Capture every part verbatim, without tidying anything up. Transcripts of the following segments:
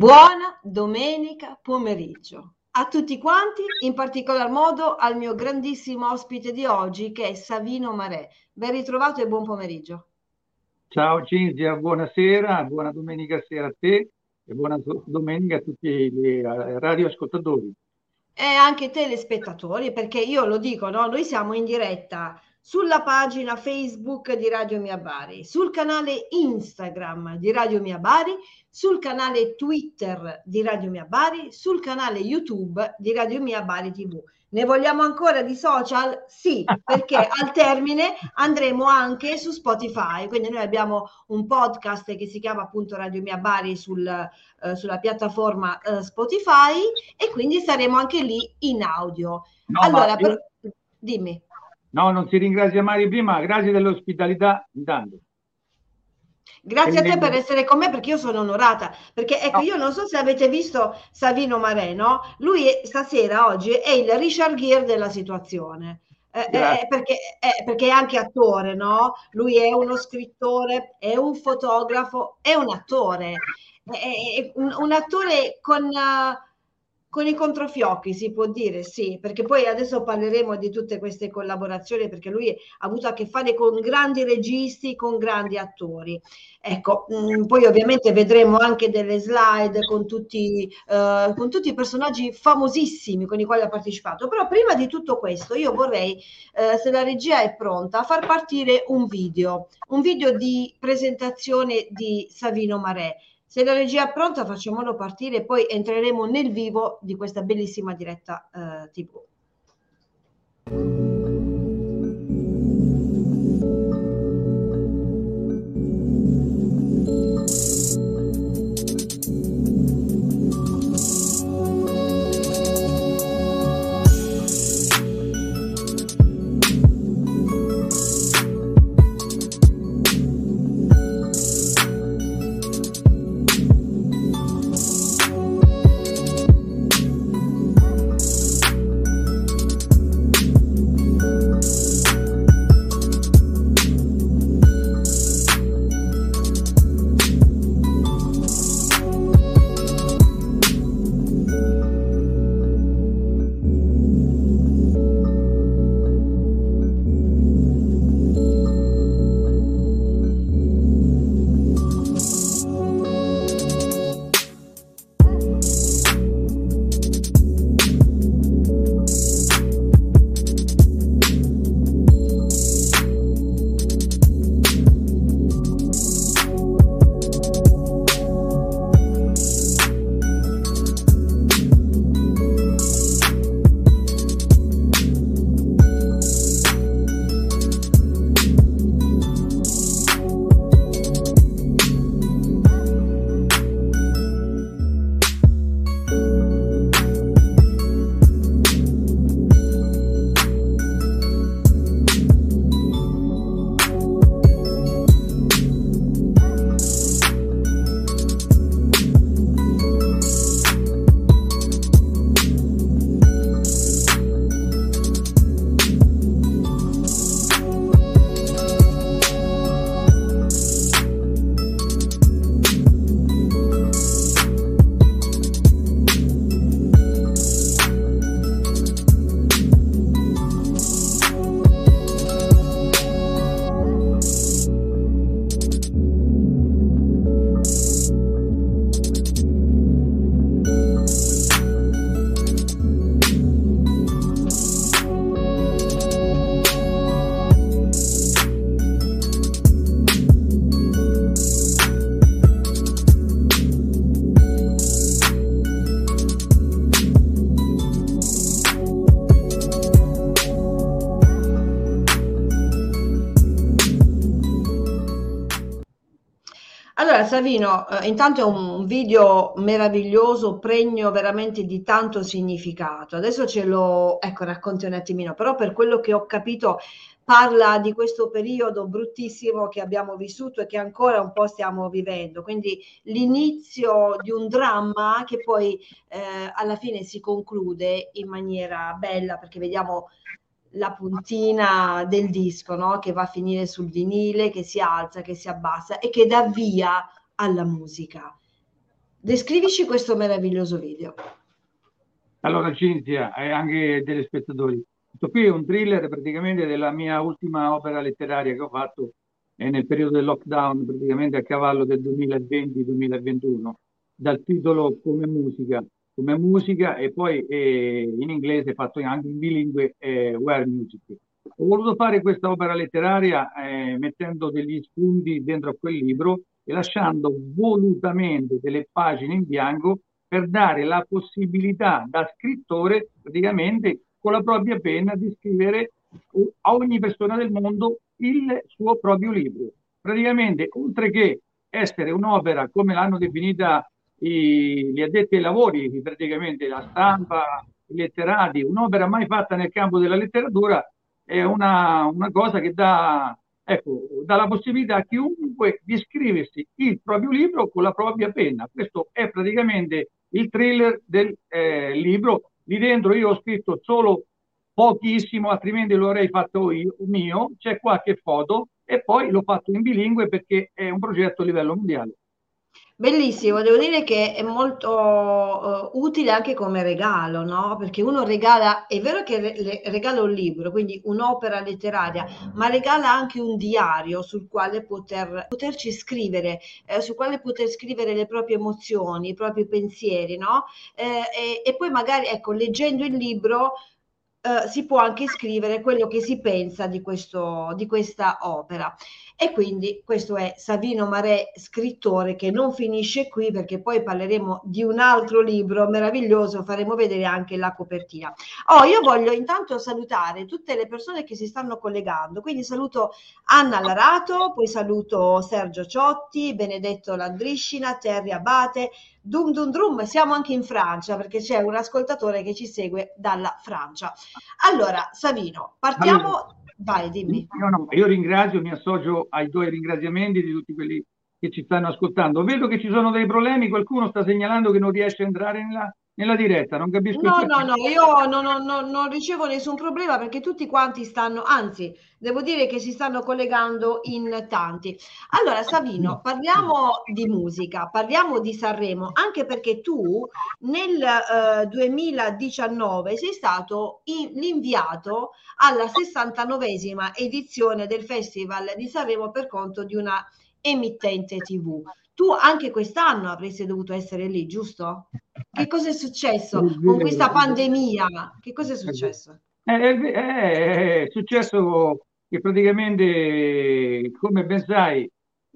Buona domenica pomeriggio a tutti quanti, in particolar modo al mio grandissimo ospite di oggi che è Savino Marè. Ben ritrovato e buon pomeriggio. Ciao Cinzia, buonasera, buona domenica sera a te e buona do- domenica a tutti i eh, radioascoltatori. E anche telespettatori, perché io lo dico, no? Noi siamo in diretta sulla pagina Facebook di Radio Mia Bari, sul canale Instagram di Radio Mia Bari, sul canale Twitter di Radio Mia Bari, sul canale YouTube di Radio Mia Bari T V. Ne vogliamo ancora di social? Sì, perché al termine andremo anche su Spotify. Quindi noi abbiamo un podcast che si chiama appunto Radio Mia Bari sul, eh, sulla piattaforma eh, Spotify e quindi saremo anche lì in audio. No, ma Allora, io, per... dimmi. no, non si ringrazia mai prima, grazie dell'ospitalità intanto. Grazie a te per E- essere con me perché io sono onorata. Perché ecco, no, io non so se avete visto Savino Marè, no? Lui è- stasera, oggi, è il Richard Gere della situazione. Eh, eh, eh, grazie. perché, eh, perché è anche attore, no? Lui è uno scrittore, è un fotografo, è un attore. È, è- è un, un attore con, eh, con i controfiocchi, si può dire, sì, perché poi adesso parleremo di tutte queste collaborazioni, perché lui ha avuto a che fare con grandi registi, con grandi attori. Ecco, mh, poi ovviamente vedremo anche delle slide con tutti, eh, con tutti i personaggi famosissimi con i quali ha partecipato. Però prima di tutto questo io vorrei, eh, se la regia è pronta, far partire un video, un video di presentazione di Savino Marè. Se la regia è pronta, facciamolo partire e poi entreremo nel vivo di questa bellissima diretta eh, T V. Allora, Savino, eh, intanto è un video meraviglioso, pregno veramente di tanto significato. Adesso ce lo, ecco, racconti un attimino, però per quello che ho capito parla di questo periodo bruttissimo che abbiamo vissuto e che ancora un po' stiamo vivendo. Quindi l'inizio di un dramma che poi eh, alla fine si conclude in maniera bella, perché vediamo la puntina del disco, no? Che va a finire sul vinile, che si alza, che si abbassa e che dà via alla musica. Descrivici questo meraviglioso video. Allora, Cinzia e anche degli spettatori, questo qui è un thriller praticamente della mia ultima opera letteraria che ho fatto eh, nel periodo del lockdown, praticamente a cavallo del duemilaventi-duemilaventuno, dal titolo Come musica, come musica e poi eh, in inglese fatto anche in bilingue eh, Where Music. Ho voluto fare questa opera letteraria eh, mettendo degli spunti dentro a quel libro e lasciando volutamente delle pagine in bianco per dare la possibilità da scrittore, praticamente con la propria penna, di scrivere a ogni persona del mondo il suo proprio libro. Praticamente, oltre che essere un'opera, come l'hanno definita i, gli addetti ai lavori, praticamente la stampa, i letterati, un'opera mai fatta nel campo della letteratura, è una, una cosa che dà, ecco, dà la possibilità a chiunque di scriversi il proprio libro con la propria penna. Questo è praticamente il thriller del eh, libro. Lì dentro io ho scritto solo pochissimo, altrimenti lo avrei fatto io, mio, c'è qualche foto e poi l'ho fatto in bilingue perché è un progetto a livello mondiale. Bellissimo, devo dire che è molto, uhm, utile anche come regalo, no, perché uno regala è vero che re le regala un libro, quindi un'opera letteraria, ma regala anche un diario sul quale poter poterci scrivere, ehm, sul quale poter scrivere le proprie emozioni, i propri pensieri, no, ehm, e e poi magari, ecco, leggendo il libro, uhm, si può anche scrivere quello che si pensa di questo di questa opera. E quindi questo è Savino Marè, scrittore, che non finisce qui perché poi parleremo di un altro libro meraviglioso, faremo vedere anche la copertina. Oh, io voglio intanto salutare tutte le persone che si stanno collegando, quindi saluto Anna Larato, poi saluto Sergio Ciotti, Benedetto Landriscina, Terry Abate, Dum Dum Drum, siamo anche in Francia perché c'è un ascoltatore che ci segue dalla Francia. Allora, Savino, Allora, partiamo, vai, dimmi. no, no, io ringrazio, mi associo ai tuoi ringraziamenti di tutti quelli che ci stanno ascoltando. Vedo che ci sono dei problemi, qualcuno sta segnalando che non riesce a entrare nella, nella diretta, non capisco il No, no, perché. no, io non, ho- non- non ricevo nessun problema perché tutti quanti stanno, anzi, devo dire che si stanno collegando in tanti. Allora, Savino, parliamo di musica, parliamo di Sanremo, anche perché tu nel eh, duemiladiciannove sei stato in- l'inviato alla sessantanovesima edizione del Festival di Sanremo per conto di una emittente T V. Tu anche quest'anno avresti dovuto essere lì, giusto? Che cosa è È successo con vero, questa è vero. pandemia? Che cosa è È vero. successo? È, è- è successo che praticamente, come ben sai,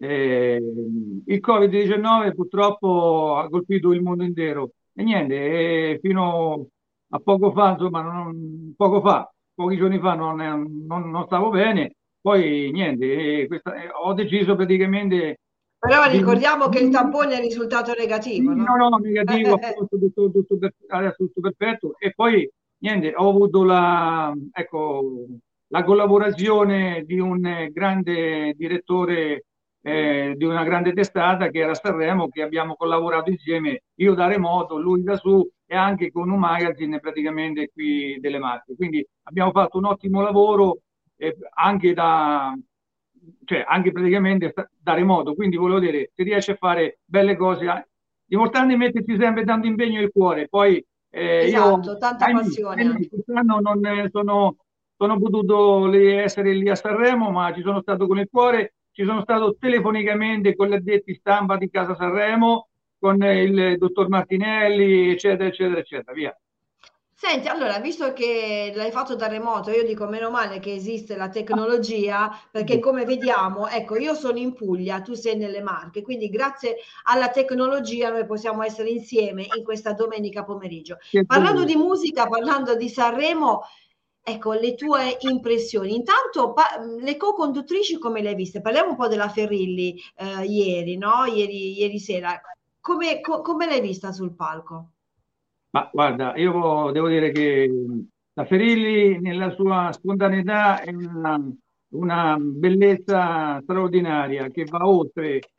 eh, il covid diciannove purtroppo ha colpito il mondo intero e niente, eh, fino a poco fa, insomma, non- poco fa, pochi giorni fa non, non- non stavo bene, poi niente, eh, questa- eh, ho deciso praticamente Però di... ricordiamo che il tampone è risultato negativo, Sì, no, no? no, negativo, a posto, tutto, tutto, per- adesso tutto perfetto. E poi, niente, ho avuto la, ecco, la collaborazione di un eh, grande direttore eh, di una grande testata che era Sanremo, che abbiamo collaborato insieme, io da remoto, lui da su, e anche con un magazine praticamente qui delle Marche. Quindi abbiamo fatto un ottimo lavoro eh, anche da, cioè anche praticamente sta- da remoto, quindi volevo dire, si riesce a fare belle cose, eh, l'importante è mettersi sempre tanto impegno il cuore, poi eh, io, Esatto, tanta ahimè, passione ahimè, anche. quest'anno non eh, sono, sono potuto lì essere lì a Sanremo, ma ci sono stato con il cuore, ci sono stato telefonicamente con gli addetti stampa di Casa Sanremo, con eh, il dottor Martinelli, eccetera, eccetera, eccetera, via. Senti, allora, visto che l'hai fatto da remoto, io dico meno male che esiste la tecnologia, perché come vediamo, ecco, io sono in Puglia, tu sei nelle Marche, quindi grazie alla tecnologia noi possiamo essere insieme in questa domenica pomeriggio. Che Parlando bello. di musica, parlando di Sanremo, ecco, le tue impressioni. Intanto, pa- le co-conduttrici come le hai viste? Parliamo un po' della Ferrilli eh, ieri, no? Ieri, ieri sera. Come, co- come l'hai vista sul palco? Ma guarda, io devo dire che la Ferilli nella sua spontaneità è una, una bellezza straordinaria che va oltre,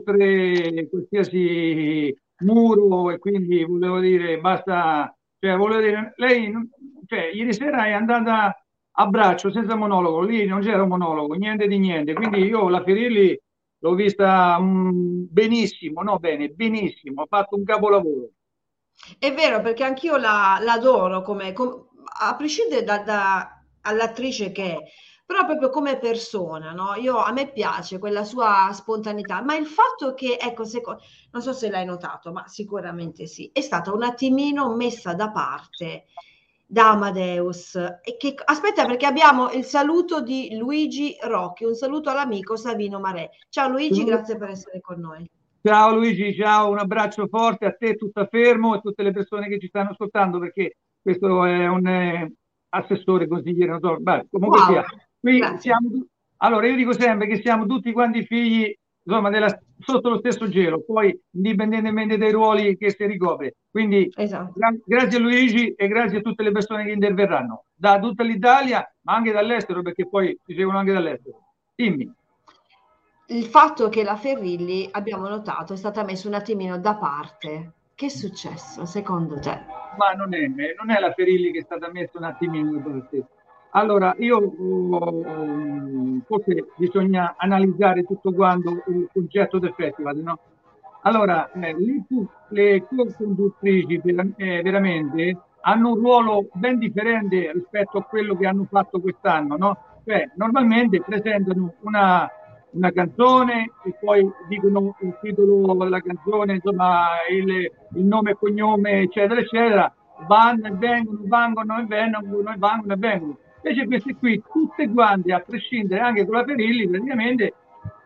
oltre qualsiasi muro e quindi volevo dire, basta, cioè volevo dire, lei, non- cioè, ieri sera è andata a braccio senza monologo, lì non c'era un monologo, niente di niente, quindi io la Ferilli l'ho vista mm, benissimo, no bene, benissimo, ha fatto un capolavoro. È vero, perché anch'io la, l'adoro come, com- a prescindere da, da- all'attrice che è, però proprio come persona, no? Io, a me piace quella sua spontaneità, ma il fatto che, ecco, seco- non so se l'hai notato, ma sicuramente sì, è stata un attimino messa da parte da Amadeus. E che, aspetta, perché abbiamo il saluto di Luigi Rocchi, un saluto all'amico Savino Marè. Ciao Luigi, grazie per essere con noi. Ciao Luigi, ciao, un abbraccio forte a te, tutta fermo e a tutte le persone che ci stanno ascoltando perché questo è un eh, assessore, consigliere, non so, beh, comunque Wow, sia. Qui grazie. siamo, tu- allora io dico sempre che siamo tutti quanti figli, insomma, della- sotto lo stesso cielo, poi indipendentemente dai ruoli che si ricopre. Quindi Esatto. gra- grazie a Luigi e grazie a tutte le persone che interverranno, da tutta l'Italia, ma anche dall'estero, perché poi ci seguono anche dall'estero. Dimmi. Il fatto che la Ferrilli, abbiamo notato, è stata messa un attimino da parte. Che è successo secondo te? Ma non è, non è la Ferilli che è stata messa un attimino da parte. Allora, io um, forse bisogna analizzare tutto quanto il concetto del festival, no? Allora, eh, le, co- le co-conduttrici vera- eh, veramente hanno un ruolo ben differente rispetto a quello che hanno fatto quest'anno, no? Cioè, normalmente presentano una, una canzone e poi dicono il titolo della canzone, insomma, il, il nome e cognome, eccetera, eccetera, vanno e vengono, vanno e vengono, e vanno e vengono. Invece queste qui, tutte quante, a prescindere anche con la Perilli, praticamente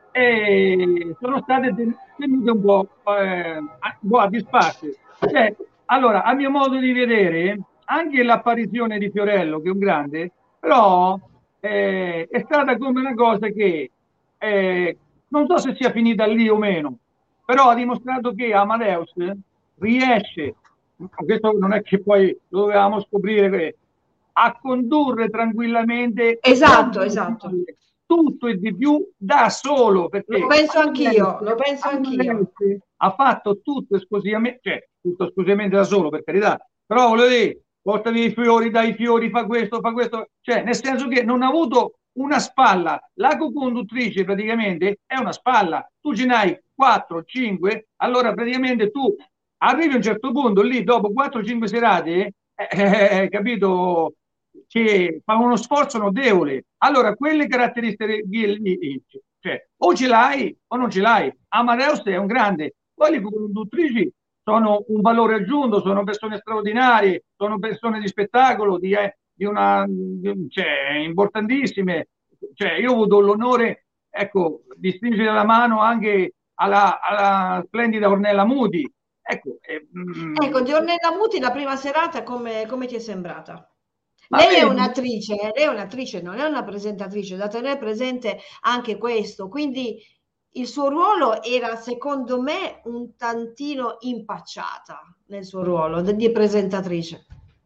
eh, sono state ten- tenute un po', eh, a, un po' a disparte. Cioè, allora, a mio modo di vedere, anche l'apparizione di Fiorello, che è un grande, però eh, è stata come una cosa che eh, non so se sia finita lì o meno, però ha dimostrato che Amadeus riesce, questo non è che poi lo dovevamo scoprire, a condurre tranquillamente Esatto, ogni esatto. finale, tutto e di più da solo, Lo perché penso Amadeus, anch'io, lo penso Amadeus anch'io. ha fatto tutto esclusivamente, cioè tutto esclusivamente da solo, per carità, però voglio dire, portami i fiori, dai i fiori, fa questo, fa questo, cioè nel senso che non ha avuto una spalla, la co-conduttrice praticamente è una spalla, tu ce n'hai quattro, cinque, allora praticamente tu arrivi a un certo punto lì dopo quattro cinque serate, eh, eh, eh, capito, che fa uno sforzo notevole. Allora, quelle caratteristiche lì, cioè, o ce l'hai o non ce l'hai. Amadeus è un grande, poi le conduttrici sono un valore aggiunto, sono persone straordinarie, sono persone di spettacolo, di, eh, di una, di, cioè, importantissime. Cioè, io ho avuto l'onore, ecco, di stringere la mano anche alla, alla splendida Ornella Muti. Ecco, eh, mm, Ecco, di Ornella Muti la prima serata come, come ti è sembrata? ma Lei è vedi, un'attrice, eh, lei è un'attrice, non è una presentatrice, da tenere presente anche questo. Quindi il suo ruolo era, secondo me, un tantino impacciata nel suo ruolo de- di presentatrice.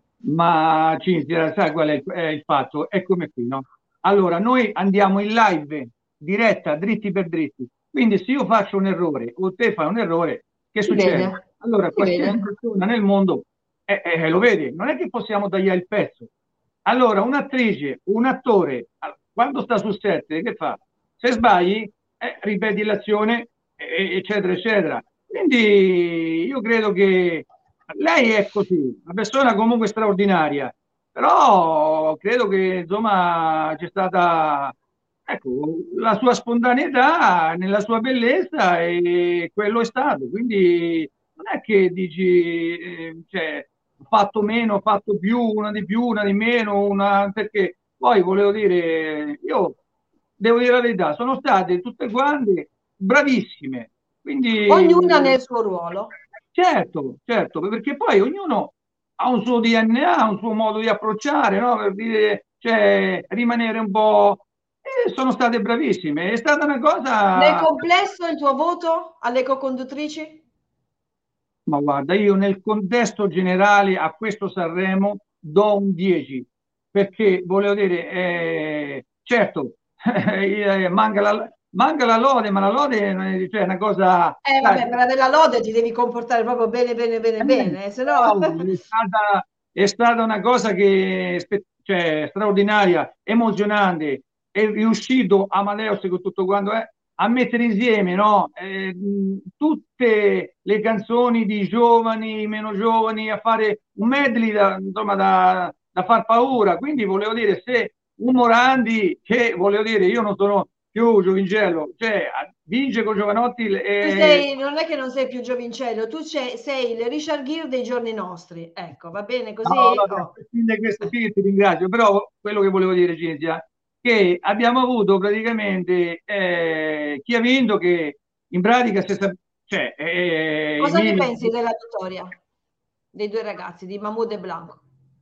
ma Cinzia, sai qual è il, è il fatto? È come qui, no? Allora, noi andiamo in live, diretta, dritti per dritti. Quindi se io faccio un errore o te fai un errore, che Si vede, succede? Allora, si vede. qualsiasi persona nel mondo eh, eh, lo vede, non è che possiamo tagliare il pezzo. Allora, un'attrice, un attore, ah, quando sta sul set, che fa? Se sbagli, eh, ripeti l'azione, eh, eccetera, eccetera. Quindi io credo che lei è così, una persona comunque straordinaria, però credo che insomma c'è stata, ecco, la sua spontaneità nella sua bellezza e quello è stato. Quindi non è che dici, eh, cioè, ho fatto meno, ho fatto più, una di più, una di meno, una, perché poi volevo dire, io devo dire la verità, sono state tutte quante bravissime. Ognuna Quindi nel suo ruolo. certo, certo, perché poi ognuno ha un suo D N A, un suo modo di approcciare, no? Per dire, cioè, rimanere un po'. E sono state bravissime. È stata una Nel cosa. complesso il tuo voto alle co-conduttrici? Ma guarda, io nel contesto generale a questo Sanremo do un dieci, perché volevo dire, eh, certo, eh, manca la, manca la lode, ma la lode è cioè, una cosa. Eh Sai, vabbè, per avere la lode ti devi comportare proprio bene, bene, bene, Eh, bene, se no... wow, è stata, è stata una cosa che, spe- cioè, straordinaria, emozionante. È riuscito Amadeus con tutto quanto è, a mettere insieme, no? Eh, mh, tutte le canzoni di giovani, meno giovani, a fare un medley da, insomma, da, da far paura. Quindi volevo dire, se un Morandi, che volevo dire, io non sono più giovincello, cioè vince con Giovanotti Tu e... sei, non è che non sei più giovincello, tu c'è- sei il Richard Gere dei giorni nostri. Ecco, va bene No, così? vabbè, a Oh. prescindere da questo qui ti ringrazio, però quello che volevo dire, Cinzia, che abbiamo avuto praticamente eh, chi ha vinto che in pratica si sta, cioè, eh, Cosa ne Emilia, pensi della vittoria dei due ragazzi, di Mahmood e Blanco?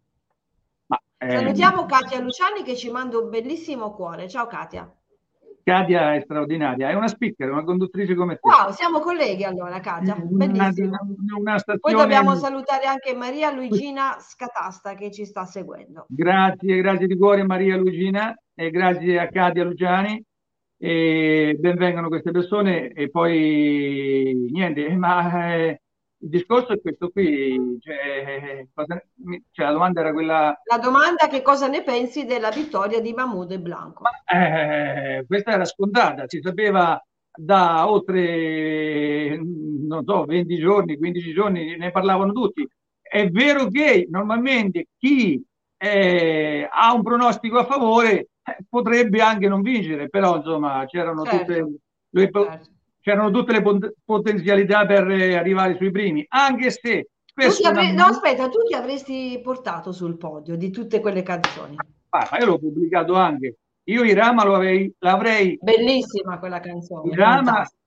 ma, ehm, Salutiamo Katia Luciani che ci manda un bellissimo cuore. Ciao Katia. Katia è straordinaria, è una speaker, una conduttrice come te. Wow, siamo colleghi allora, Katia. Una, Bellissimo. una Poi stazione. dobbiamo salutare anche Maria Luigina Scatasta che ci sta seguendo. Grazie, grazie di cuore a Maria Luigina e grazie a Katia Luciani e benvengano queste persone e poi niente, ma eh, il discorso è questo qui, cioè, cosa- mi- cioè, la domanda era quella, La domanda che cosa ne pensi della vittoria di Mahmood e ma Blanco? eh, questa era scontata, si sapeva da oltre, non so, venti giorni, quindici giorni, ne parlavano tutti. È vero che normalmente chi eh, ha un pronostico a favore eh, potrebbe anche non vincere, però insomma c'erano tutte Certo, le, certo. c'erano tutte le pot- potenzialità per eh, arrivare sui primi, anche se Tu chi spesso una... avre- no, aspetta, tu chi avresti portato sul podio di tutte quelle canzoni? Ah, ma io l'ho pubblicato anche. Io Irama lo avrei, l'avrei Bellissima quella canzone, Irama, fantastica.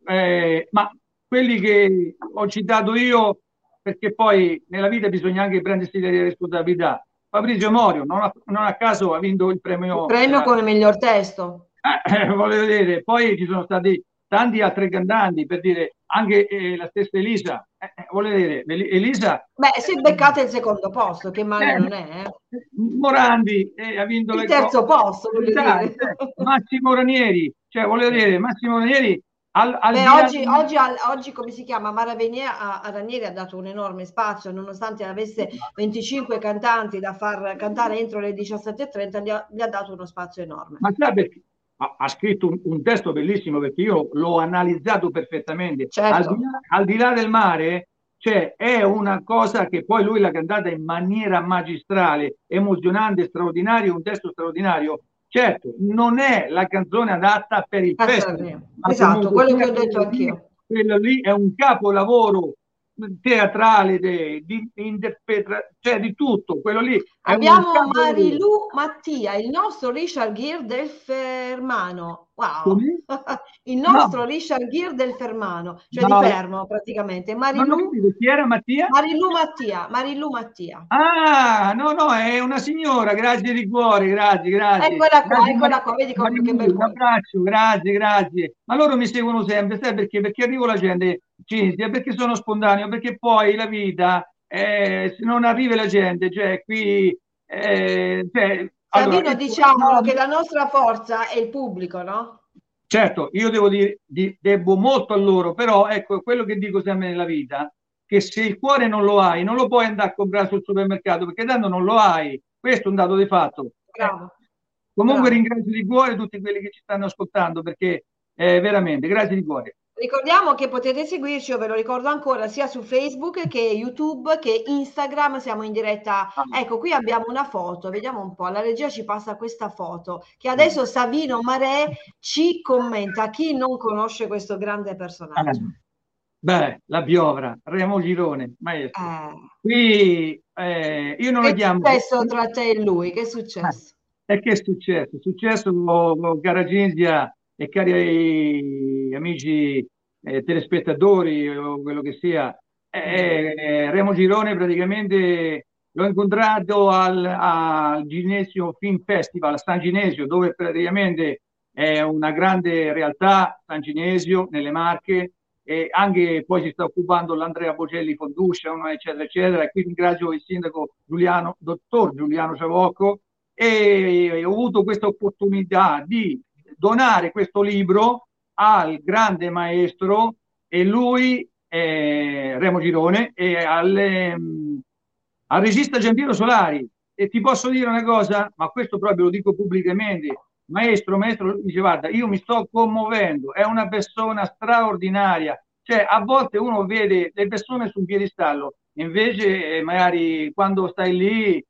eh, ma quelli che ho citato io, perché poi nella vita bisogna anche prendersi le responsabilità. Fabrizio Morio, non a, non a caso ha vinto il Il premio premio della... come miglior testo. Eh, voglio vedere, poi ci sono stati tanti altri cantanti, per dire, anche eh, la stessa Elisa, eh, eh, voglio vedere, Elisa... Beh, eh, si è beccata il secondo posto, che male non è, eh? eh, Morandi eh, ha vinto Il le cose. terzo posto, voglio Dai, dire. cioè, Massimo Ranieri, cioè voglio dire, Massimo Ranieri al, al Beh, di là oggi, del... oggi, al- oggi, come si chiama? Mara Venier a, a Ranieri ha dato un enorme spazio, nonostante avesse venticinque cantanti da far cantare entro le diciassette e trenta, gli ha, gli ha dato uno spazio enorme. Ma sai perché? Ha, ha scritto un, un testo bellissimo perché io l'ho analizzato perfettamente. Al Certo, di là, al di là del mare, cioè, è una cosa che poi lui l'ha cantata in maniera magistrale, emozionante, straordinario, un testo straordinario. Certo, non è la canzone adatta per il a festival, Sanremo. ma Esatto, comunque quello che sia ho detto quello lì, anch'io. quello lì è un capolavoro teatrale, de- di, interpreta- cioè di tutto. Quello lì è un Abbiamo capolavoro. Marilu Mattia, il nostro Richard Gere del Fermano. Wow! Come? Il No, nostro Richard Gere del Fermano, cioè di no, Fermo praticamente. non ho Marilu, capito chi era Mattia? Marilu Mattia, Marilu Mattia. Ah, no, no, è una signora, grazie di cuore, grazie, grazie. Eccola qua, Grazie eccola Mari- qua, vedi com- che Marilu, bel un cuore. abbraccio, grazie, grazie. Ma loro mi seguono sempre, sai perché? Perché arrivo la gente, Cinzia, perché sono spontaneo, perché poi la vita, eh, se non arriva la gente, cioè qui, eh, cioè, allora, Savino, io- diciamolo no, che la nostra forza è il pubblico, no? certo, io devo dire, di- debbo molto a loro, però ecco, quello che dico sempre nella vita, che se il cuore non lo hai, non lo puoi andare a comprare sul supermercato, perché tanto non lo hai. Questo è un dato di fatto. Eh, Bravo, comunque bravo. ringrazio di cuore tutti quelli che ci stanno ascoltando, perché eh, veramente, grazie di cuore. Ricordiamo che potete seguirci, io ve lo ricordo ancora, sia su Facebook che YouTube che Instagram, siamo in diretta. Ah, Ecco, qui abbiamo una foto, vediamo un po', la regia ci passa questa foto, che mm. adesso Savino Marè ci commenta, chi non conosce questo grande Ah, personaggio. beh, la piovra, Remo Girone, maestro. Eh, Qui eh, io non che la è chiamo... successo tra te e lui? Che è Ah, successo? e che è successo? È successo, oh, cara Cinzia e cari amici eh, telespettatori o quello che sia, eh, eh, Remo Girone praticamente l'ho incontrato al, al Ginesio Film Festival a San Ginesio, dove praticamente è una grande realtà, San Ginesio, nelle Marche, e anche poi si sta occupando l'Andrea Bocelli Foundation, eccetera, eccetera. E quindi ringrazio il sindaco Giuliano, dottor Giuliano Ciavocco, e ho avuto questa opportunità di donare questo libro al grande maestro e lui, eh, Remo Girone, e al, ehm, al regista Giampiero Solari. E ti posso dire una cosa, ma questo proprio lo dico pubblicamente, maestro, maestro, lui dice, guarda, io mi sto commuovendo, è una persona straordinaria. Cioè, a volte uno vede le persone sul piedistallo, invece eh, magari quando stai lì,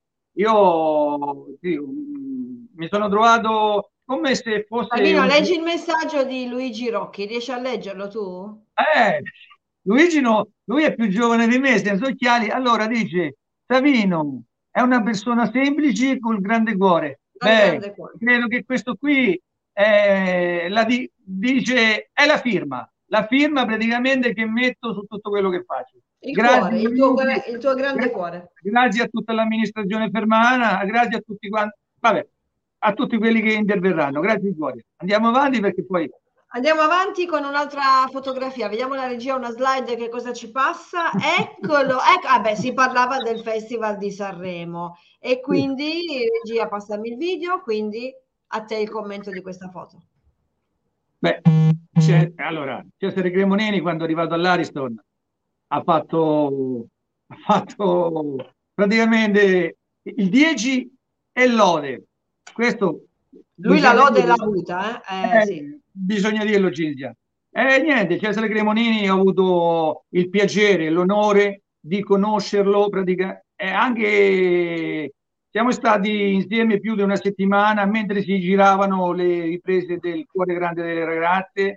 io sì, mm, mi sono trovato come se fosse Almeno un... leggi il messaggio di Luigi Rocchi, riesci a leggerlo tu? Eh, Luigi no, lui è più giovane di me, senza occhiali. Allora dice, Savino è una persona semplice col grande cuore. Dal Beh, grande cuore. credo che questo qui è la di- dice, è la firma, la firma praticamente che metto su tutto quello che faccio. Il Grazie cuore, il tuo, Luigi, gra- il tuo grande gra- cuore. grazie a tutta l'amministrazione fermana, grazie a tutti quanti, vabbè, a tutti quelli che interverranno. Grazie di cuore. Andiamo avanti perché poi... Andiamo avanti con un'altra fotografia. Vediamo la regia, una slide che cosa ci passa. Eccolo, ecco, ah beh, si parlava del Festival di Sanremo e Sì. quindi regia, passami il video, quindi a te il commento di questa foto. Beh, c'è- allora, Cesare Cremonini quando è arrivato all'Ariston ha fatto, ha fatto praticamente il dieci e lode. Questo Lui la bisogna lode l'ha dirlo, avuta, eh? Eh, sì. eh, bisogna dirlo, Cinzia. E niente, Cesare Cremonini ha avuto il piacere e l'onore di conoscerlo pratica- e anche siamo stati insieme più di una settimana mentre si giravano le riprese del Cuore Grande delle Ragazze,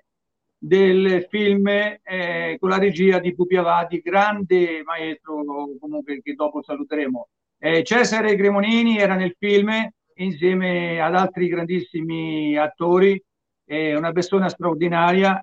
del film eh, con la regia di Pupi Avati, grande maestro comunque che dopo saluteremo. Eh, Cesare Cremonini era nel film insieme ad altri grandissimi attori, è una persona straordinaria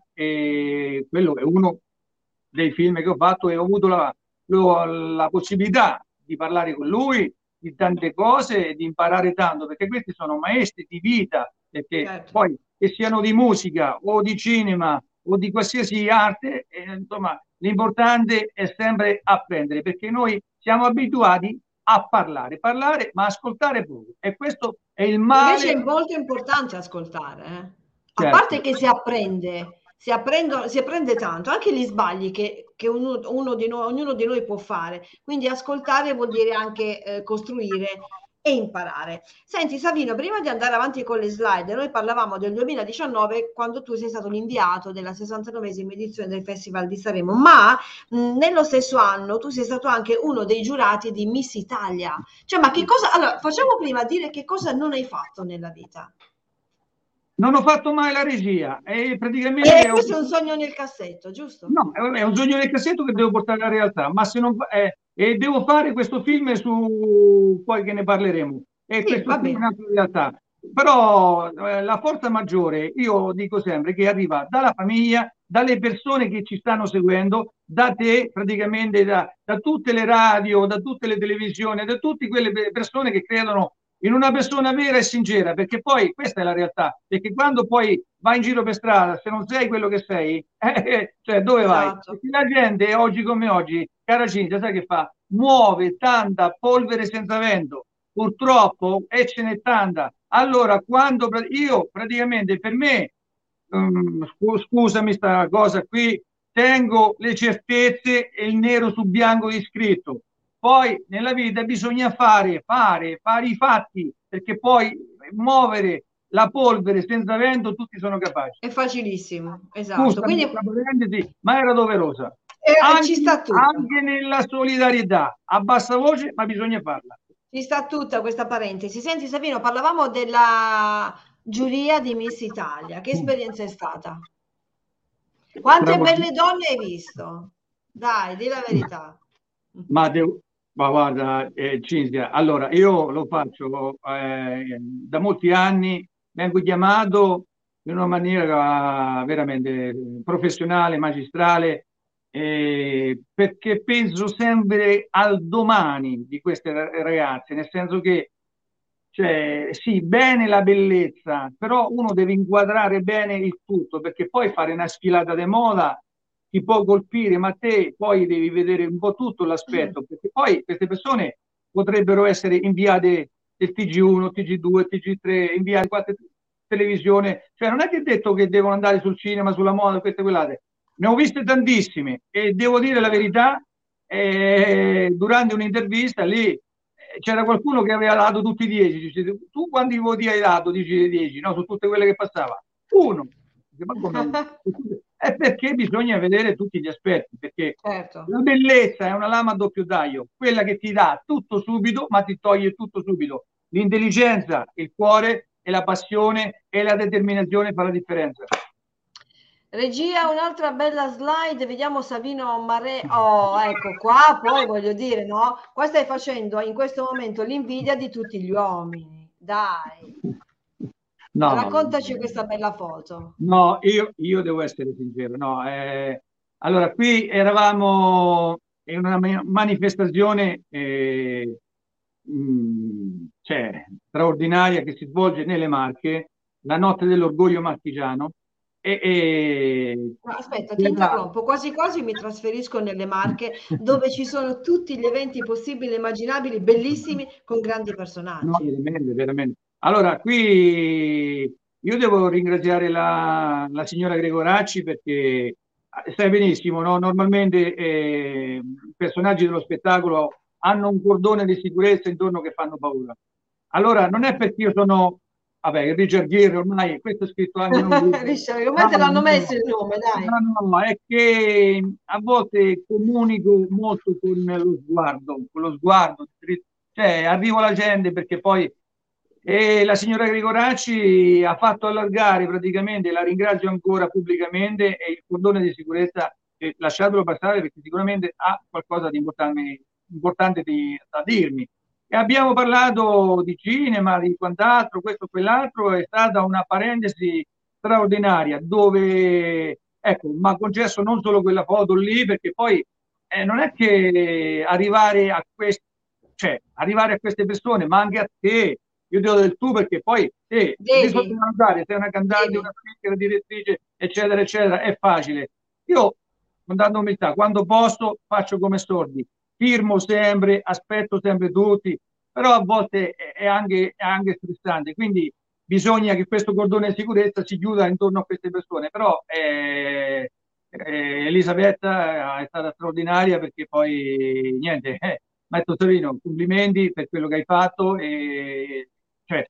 e quello è uno dei film che ho fatto e ho avuto la, lo- la possibilità di parlare con lui di tante cose e di imparare tanto, perché questi sono maestri di vita, perché Certo. poi che siano di musica o di cinema o di qualsiasi arte, eh, insomma, l'importante è sempre apprendere, perché noi siamo abituati a parlare, parlare, ma ascoltare poco. E questo è il Invece è male, molto importante ascoltare, eh. A certo. parte che si apprende, si apprendo- si apprende tanto, anche gli sbagli che, che uno, uno di noi, ognuno di noi può fare. Quindi ascoltare vuol dire anche eh, costruire e imparare. Senti Savino, prima di andare avanti con le slide, noi parlavamo del duemiladiciannove quando tu sei stato l'inviato della sessantanovesima edizione del Festival di Sanremo, ma mh, nello stesso anno tu sei stato anche uno dei giurati di Miss Italia. Cioè, ma che cosa allora, facciamo prima dire che cosa non hai fatto nella vita. Non ho fatto mai la regia e E praticamente ho, questo è un sogno nel cassetto, giusto? no, è un sogno nel cassetto che devo portare alla realtà, ma se non fa- eh, e devo fare questo film su, poi che ne parleremo, e Sì, questo va film è bene. una realtà. Però eh, la forza maggiore, io dico sempre, che arriva dalla famiglia, dalle persone che ci stanno seguendo, da te, praticamente da, da tutte le radio, da tutte le televisioni, da tutte quelle pe- persone che credono in una persona vera e sincera, perché poi questa è la realtà, perché quando poi vai in giro per strada, se non sei quello che sei, eh, cioè dove vai? Esatto. Perché la gente oggi come oggi, cara Cinzia, sai che fa? Muove tanta polvere senza vento, purtroppo, e ce n'è tanta. Allora, quando io praticamente per me, um, scusami sta cosa qui, tengo le certezze e il nero su bianco di scritto. Poi nella vita bisogna fare, fare, fare i fatti, perché poi muovere la polvere senza vento tutti sono capaci. È facilissimo, esatto. Scusami Quindi questa parentesi, ma era doverosa. eh, ci Anche, sta tutta. anche nella solidarietà, a bassa voce, ma bisogna farla. Ci sta tutta questa parentesi. Senti Savino, parlavamo della giuria di Miss Italia. Che esperienza è stata? Quante belle donne hai visto? Dai, di la verità. Ma, devo, ma guarda, eh, Cinzia, allora io lo faccio eh, da molti anni, vengo chiamato in una maniera veramente professionale, magistrale, eh, perché penso sempre al domani di queste ragazze, nel senso che cioè, sì, bene la bellezza, però uno deve inquadrare bene il tutto, perché poi fare una sfilata di moda ti può colpire, ma te poi devi vedere un po' tutto l'aspetto, perché poi queste persone potrebbero essere inviate del T G uno, T G due, T G tre, inviate qualche televisione, cioè non è che è detto che devono andare sul cinema, sulla moda, queste e quell'altre. Ne ho viste tantissime e devo dire la verità, eh, durante un'intervista lì c'era qualcuno che aveva dato tutti i dieci, dice, tu quanti voti hai dato? Dici dieci, no? Su tutte quelle che passava. Uno. Dice, ma come uno? È perché bisogna vedere tutti gli aspetti, perché Certo. la bellezza è una lama a doppio taglio, quella che ti dà tutto subito, ma ti toglie tutto subito. L'intelligenza, il cuore e la passione e la determinazione fa la differenza. Regia, un'altra bella slide, vediamo Savino Mare. Oh, ecco qua, poi voglio dire, no? Qua stai facendo in questo momento l'invidia di tutti gli uomini. Dai, No, raccontaci questa bella foto. no, io, io devo essere sincero. No, eh, allora, qui eravamo in una ma- manifestazione eh, mh, cioè, straordinaria che si svolge nelle Marche, la notte dell'orgoglio marchigiano. E, e Ma aspetta, ti era- interrompo, quasi quasi mi trasferisco nelle Marche dove ci sono tutti gli eventi possibili e immaginabili, bellissimi, con grandi No, personaggi. veramente, veramente. Allora, qui io devo ringraziare la, la signora Gregoracci perché eh, sai benissimo, no? Normalmente eh, i personaggi dello spettacolo hanno un cordone di sicurezza intorno che fanno paura. Allora, non è perché io sono, vabbè, il Richard Gere ormai, questo è scritto anche in un libro. Riesci- Come No, te l'hanno no, messo il nome, dai. no, no, è che a volte comunico molto con lo sguardo, con lo sguardo, cioè arrivo alla gente perché poi e la signora Grigoracci ha fatto allargare praticamente, la ringrazio ancora pubblicamente, e il cordone di sicurezza, eh, lasciatelo passare perché sicuramente ha qualcosa di importante, importante di- da dirmi. E abbiamo parlato di cinema, di quant'altro, questo e quell'altro, è stata una parentesi straordinaria dove, ecco, mi ha concesso non solo quella foto lì, perché poi eh, non è che arrivare a, quest- cioè, arrivare a queste persone, ma anche a te, io ti do del tu perché poi te, il discorso di Devi, cantare, sei una cantante, devi. una speaker, una direttrice, eccetera, eccetera, è facile. Io, con tanta umiltà, quando posso faccio come sordi, firmo sempre, aspetto sempre tutti, però a volte è è anche, è anche stressante, quindi bisogna che questo cordone di sicurezza si chiuda intorno a queste persone, però eh, eh, Elisabetta è stata straordinaria perché poi niente, eh, Maestro Torino, complimenti per quello che hai fatto e, cioè,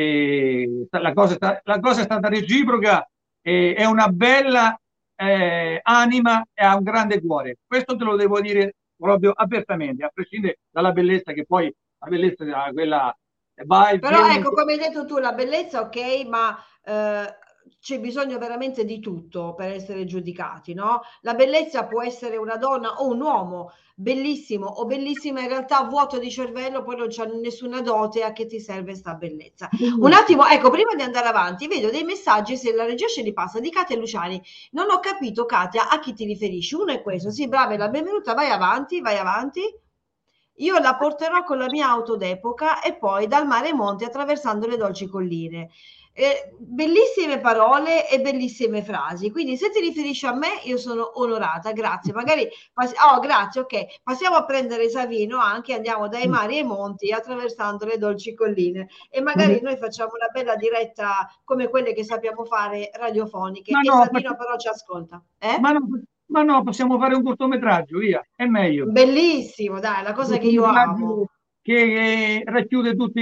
e la, cosa è sta- la cosa è stata reciproca e è una bella eh, anima e ha un grande cuore. Questo te lo devo dire proprio apertamente, a prescindere dalla bellezza che poi la bellezza è quella va e Però viene. ecco, come hai detto tu, la bellezza ok, ma eh, c'è bisogno veramente di tutto per essere giudicati, no? La bellezza può essere una donna o un uomo bellissimo o bellissima, in realtà vuoto di cervello, poi non c'è nessuna dote a che ti serve sta bellezza. Un attimo, ecco, prima di andare avanti, vedo dei messaggi, se la regia ce li passa, di Katia Luciani. Non ho capito, Katia, a chi ti riferisci? Uno è questo, sì, brava, e la benvenuta, vai avanti, vai avanti. Io la porterò con la mia auto d'epoca e poi dal mare ai monti attraversando le dolci colline. Eh, bellissime parole e bellissime frasi. Quindi, se ti riferisci a me, io sono onorata. Grazie. Magari, pass- oh, grazie. Ok, passiamo a prendere Savino anche. Andiamo dai mari ai monti attraversando le dolci colline. E magari noi facciamo una bella diretta come quelle che sappiamo fare radiofoniche. Ma E no, Savino, però, ci ascolta. Eh? ma no, ma no, possiamo fare un cortometraggio, via, è meglio. Bellissimo, dai, la cosa che io amo. Cortometraggio che racchiude tutte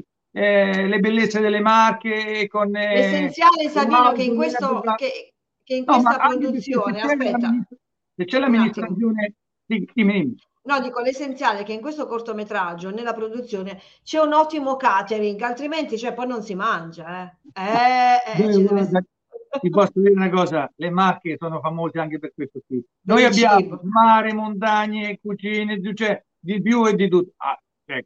le bellezze delle Marche con eh, L'essenziale, Savino, che in l'audio, nella questo, bella- che, che in no, ma questa anche perché se produzione, c'è aspetta l'amministra- se c'è un attimo, l'amministrazione, dimmi, dimmi, dimmi. no, dico l'essenziale è che in questo cortometraggio, nella produzione, c'è un ottimo catering, altrimenti cioè, poi non si mangia, eh. Eh, eh, Beh, ci deve guarda, essere. ti posso dire una cosa, le Marche sono famose anche per questo qui. Per Noi il abbiamo cibo. mare, montagne, cucine, cioè, di più e di tutto. Ah, cioè,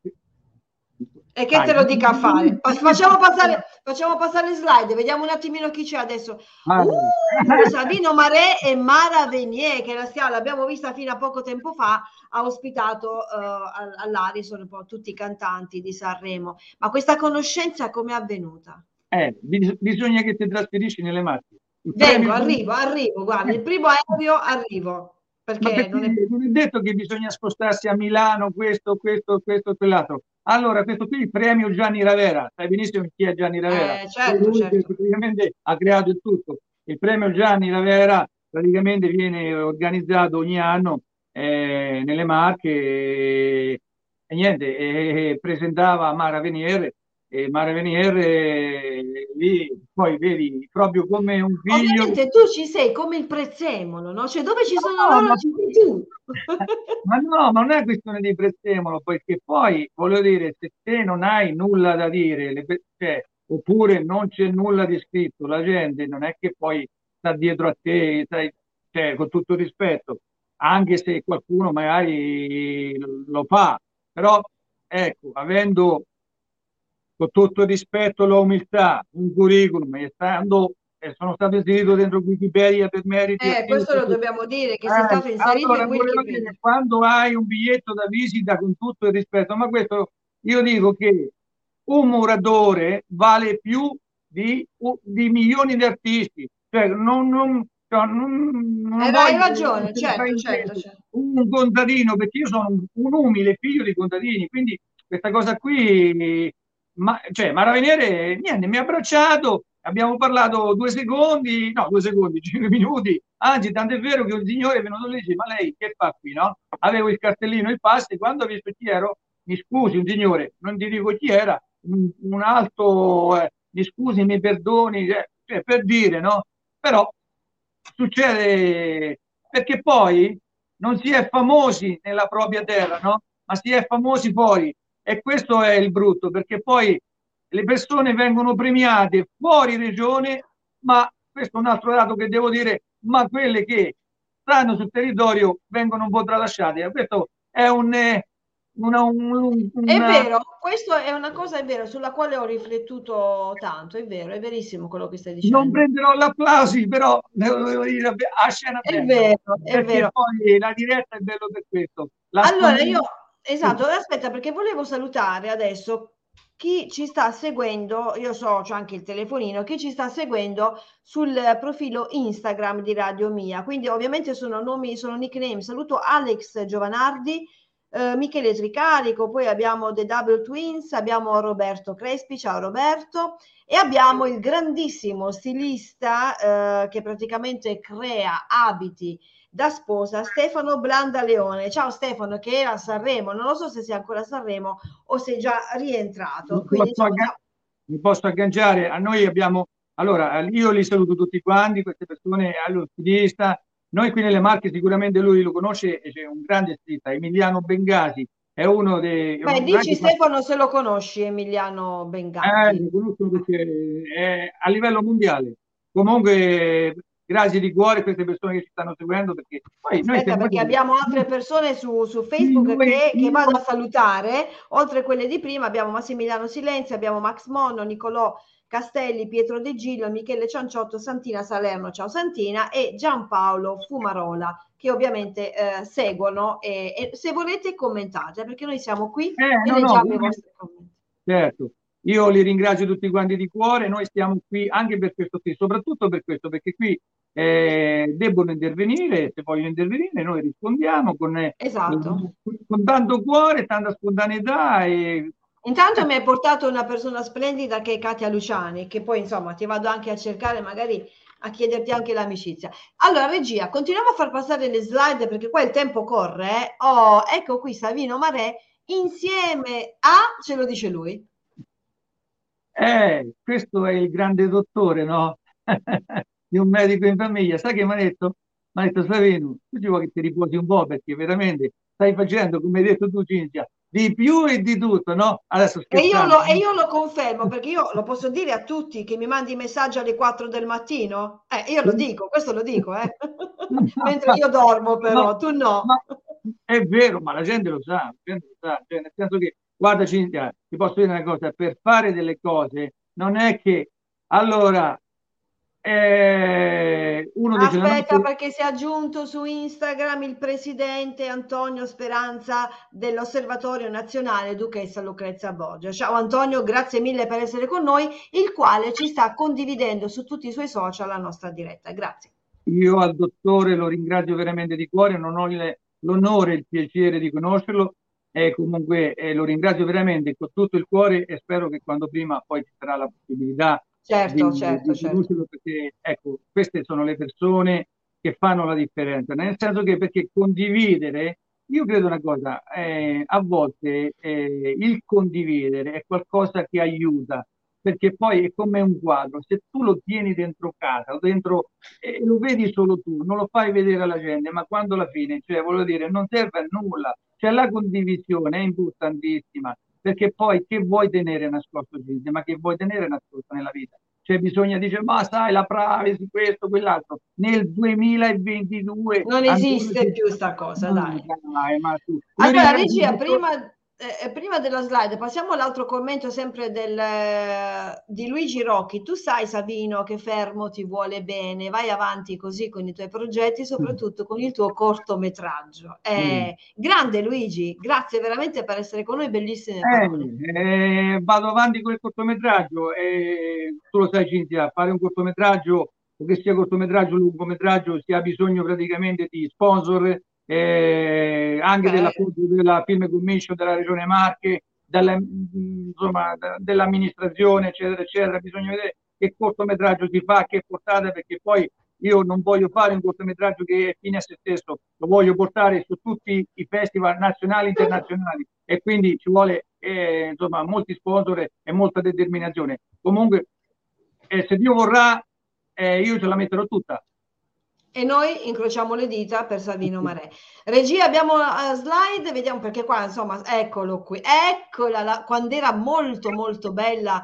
E che dai, te lo dica a fare? Pa- Facciamo passare, facciamo passare le slide, vediamo un attimino chi c'è adesso. allora. Uh, Savino Marè e Mara Venier, che la stiamo, l'abbiamo vista fino a poco tempo fa, ha ospitato uh, all'Arison un po' tutti i cantanti di Sanremo. Ma questa conoscenza come è avvenuta? Eh, bis- bisogna che ti trasferisci nelle Marche. Il Vengo, premio, arrivo, arrivo, guarda, il eh, primo aereo arrivo, ma perché perché non è... non è detto che bisogna spostarsi a Milano, questo, questo, questo, quell'altro. Allora, questo qui è il premio Gianni Ravera, sai benissimo chi è Gianni Ravera, Eh, è certo, lui che certo. praticamente ha creato il tutto. Il premio Gianni Ravera praticamente viene organizzato ogni anno eh, nelle Marche, e, e niente, e presentava Mara Venier, e Mara Venier eh, lì poi vedi proprio come un figlio. Ovviamente tu ci sei come il prezzemolo, no? Cioè dove ci sono No, loro ma, ci sei tu. ma no, ma non è questione di prezzemolo, perché poi voglio dire, se te non hai nulla da dire, le pe- cioè, oppure non c'è nulla di scritto, la gente non è che poi sta dietro a te, sai, cioè, con tutto il rispetto, anche se qualcuno magari lo fa, però ecco, avendo con tutto il rispetto e l'umiltà, un curriculum, e stando, e sono stato inserito dentro Wikipedia per meriti Eh, questo artistici. lo dobbiamo dire, che sei Eh, stato inserito in allora, volevo Wikipedia. dire, quando hai un biglietto da visita con tutto il rispetto, ma questo io dico che un muratore vale più di, di milioni di artisti, cioè non, non, cioè, non, non Eh, hai voglio ragione, essere certo, certo, frainteso, certo. un contadino, perché io sono un, un umile figlio di contadini, quindi questa cosa qui, ma, cioè Maraveniere, niente, mi ha abbracciato, abbiamo parlato due secondi, no, due secondi, cinque minuti, anzi, tanto è vero che un signore è venuto lì e dice, ma lei che fa qui, no? Avevo il cartellino, il pass, e quando ho visto chi ero, mi scusi, un signore, non ti dico chi era, un, un alto, eh, mi scusi, mi perdoni, cioè, cioè, per dire, no? Però succede perché poi non si è famosi nella propria terra, no? Ma si è famosi fuori. E questo è il brutto, perché poi le persone vengono premiate fuori regione, ma questo è un altro dato che devo dire, ma quelle che stanno sul territorio vengono un po' tralasciate. Questo è un, eh, una, un, È una, vero, questo è una cosa, è vero, sulla quale ho riflettuto tanto, è vero, è verissimo quello che stai non dicendo. prenderò l'applausi, però devo dire a scena È aperta, vero, è perché vero. poi la diretta è bello per questo. La Allora io spontaneità. esatto, aspetta perché volevo salutare adesso chi ci sta seguendo, io so, c'ho anche il telefonino, chi ci sta seguendo sul profilo Instagram di Radio Mia. Quindi ovviamente sono nomi, sono nickname. Saluto Alex Giovanardi, eh, Michele Tricarico, poi abbiamo The Double Twins, abbiamo Roberto Crespi, ciao Roberto, e abbiamo il grandissimo stilista eh, che praticamente crea abiti da sposa Stefano Blandaleone. Ciao Stefano, che era a Sanremo, non lo so se sia ancora a Sanremo o se è già rientrato. Mi Quindi posso, insomma, agga- mi posso agganciare, a noi abbiamo, allora io li saluto tutti quanti, queste persone, allo stilista, noi qui nelle Marche sicuramente lui lo conosce, e c'è un grande stilista, Emiliano Bengasi, è uno dei, beh, non è dici che fa- Stefano se lo conosci, Emiliano eh, Bengati. lo conosco perché è a livello mondiale. Comunque, grazie di cuore a queste persone che ci stanno seguendo, perché poi noi Aspetta, stiamo perché facendo, abbiamo altre persone su, su sì, Facebook noi, che, che io, vado a salutare, oltre a quelle di prima, abbiamo Massimiliano Silenzio, abbiamo Max Monno, Nicolò Castelli, Pietro De Gillo, Michele Cianciotto, Santina Salerno, ciao Santina, e Giampaolo Fumarola, che ovviamente eh, seguono e, e se volete commentate, perché noi siamo qui eh, e no, no, leggiamo i vostri commenti. certo, io li ringrazio tutti quanti di cuore, noi stiamo qui anche per questo qui, soprattutto per questo, perché qui eh, debbono intervenire, se vogliono intervenire noi rispondiamo con, eh, Esatto. con tanto cuore, tanta spontaneità e Intanto eh, mi hai portato una persona splendida che è Katia Luciani, che poi insomma ti vado anche a cercare, magari a chiederti anche l'amicizia. Allora, regia, continuiamo a far passare le slide perché qua il tempo corre. Eh. Oh, ecco qui Savino Marè insieme a, ce lo dice lui. eh, questo è il grande dottore, no? Di un medico in famiglia. Sai che mi ha detto? Mi ha detto, Savino, tu ci vuoi che ti riposi un po' perché veramente stai facendo, come hai detto tu, Cinzia, di più e di tutto, no? Adesso E io, scherzando. lo, e io lo confermo perché io lo posso dire a tutti che mi mandi messaggi alle quattro del mattino. Eh, io lo dico, questo lo dico, eh. Mentre io dormo No, però, tu no. ma è vero, ma la gente lo sa, la gente lo sa, cioè, nel senso che, guarda Cinzia, ti posso dire una cosa, per fare delle cose non è che, allora, eh, uno dice la Aspetta, notte, perché si è aggiunto su Instagram il presidente Antonio Speranza dell'Osservatorio Nazionale Duchessa Lucrezia Borgia. Ciao Antonio, grazie mille per essere con noi, il quale ci sta condividendo su tutti i suoi social la nostra diretta. Grazie. io al dottore lo ringrazio veramente di cuore, non ho il- l'onore e il piacere di conoscerlo e comunque eh, lo ringrazio veramente con tutto il cuore e spero che quando prima poi ci sarà la possibilità di, Certo, certo, di certo. conoscerlo, perché ecco, queste sono le persone che fanno la differenza, nel senso che perché condividere io credo una cosa, eh, a volte eh, il condividere è qualcosa che aiuta, perché poi è come un quadro, se tu lo tieni dentro casa, o dentro, eh, lo vedi solo tu, non lo fai vedere alla gente, ma quando alla fine, cioè voglio dire, non serve a nulla, cioè la condivisione è importantissima, perché poi che vuoi tenere nascosto, gente, ma che vuoi tenere nascosto nella vita? Cioè bisogna dire, ma sai, la privacy, questo, quell'altro. Nel duemilaventidue Non ancora esiste si... più sta cosa, Ma dai. dai, ma tu... Io Allora, ringrazio il regia, dottor... prima, eh, eh, prima della slide, passiamo all'altro commento sempre del, eh, di Luigi Rocchi. Tu sai, Savino, che Fermo ti vuole bene, vai avanti così con i tuoi progetti, soprattutto con il tuo cortometraggio. Mm. Eh, grande Luigi, grazie veramente per essere con noi, bellissime parole. Eh, eh, vado avanti con il cortometraggio e tu lo sai Cinzia, fare un cortometraggio, o che sia cortometraggio o lungometraggio, si ha bisogno praticamente di sponsor, eh, anche Eh, dell'appoggio della Film Commission della Regione Marche, della- insomma, da- dell'amministrazione, eccetera, eccetera. Bisogna vedere che cortometraggio si fa, che portata, perché poi io non voglio fare un cortometraggio che è fine a se stesso, lo voglio portare su tutti i festival nazionali e internazionali e quindi ci vuole eh, insomma, molti sponsor e molta determinazione. Comunque, eh, se Dio vorrà, eh, io ce la metterò tutta. E noi incrociamo le dita per Savino Marè. Regia, abbiamo la slide, vediamo perché qua, insomma, eccolo qui, eccola, la, quando era molto molto bella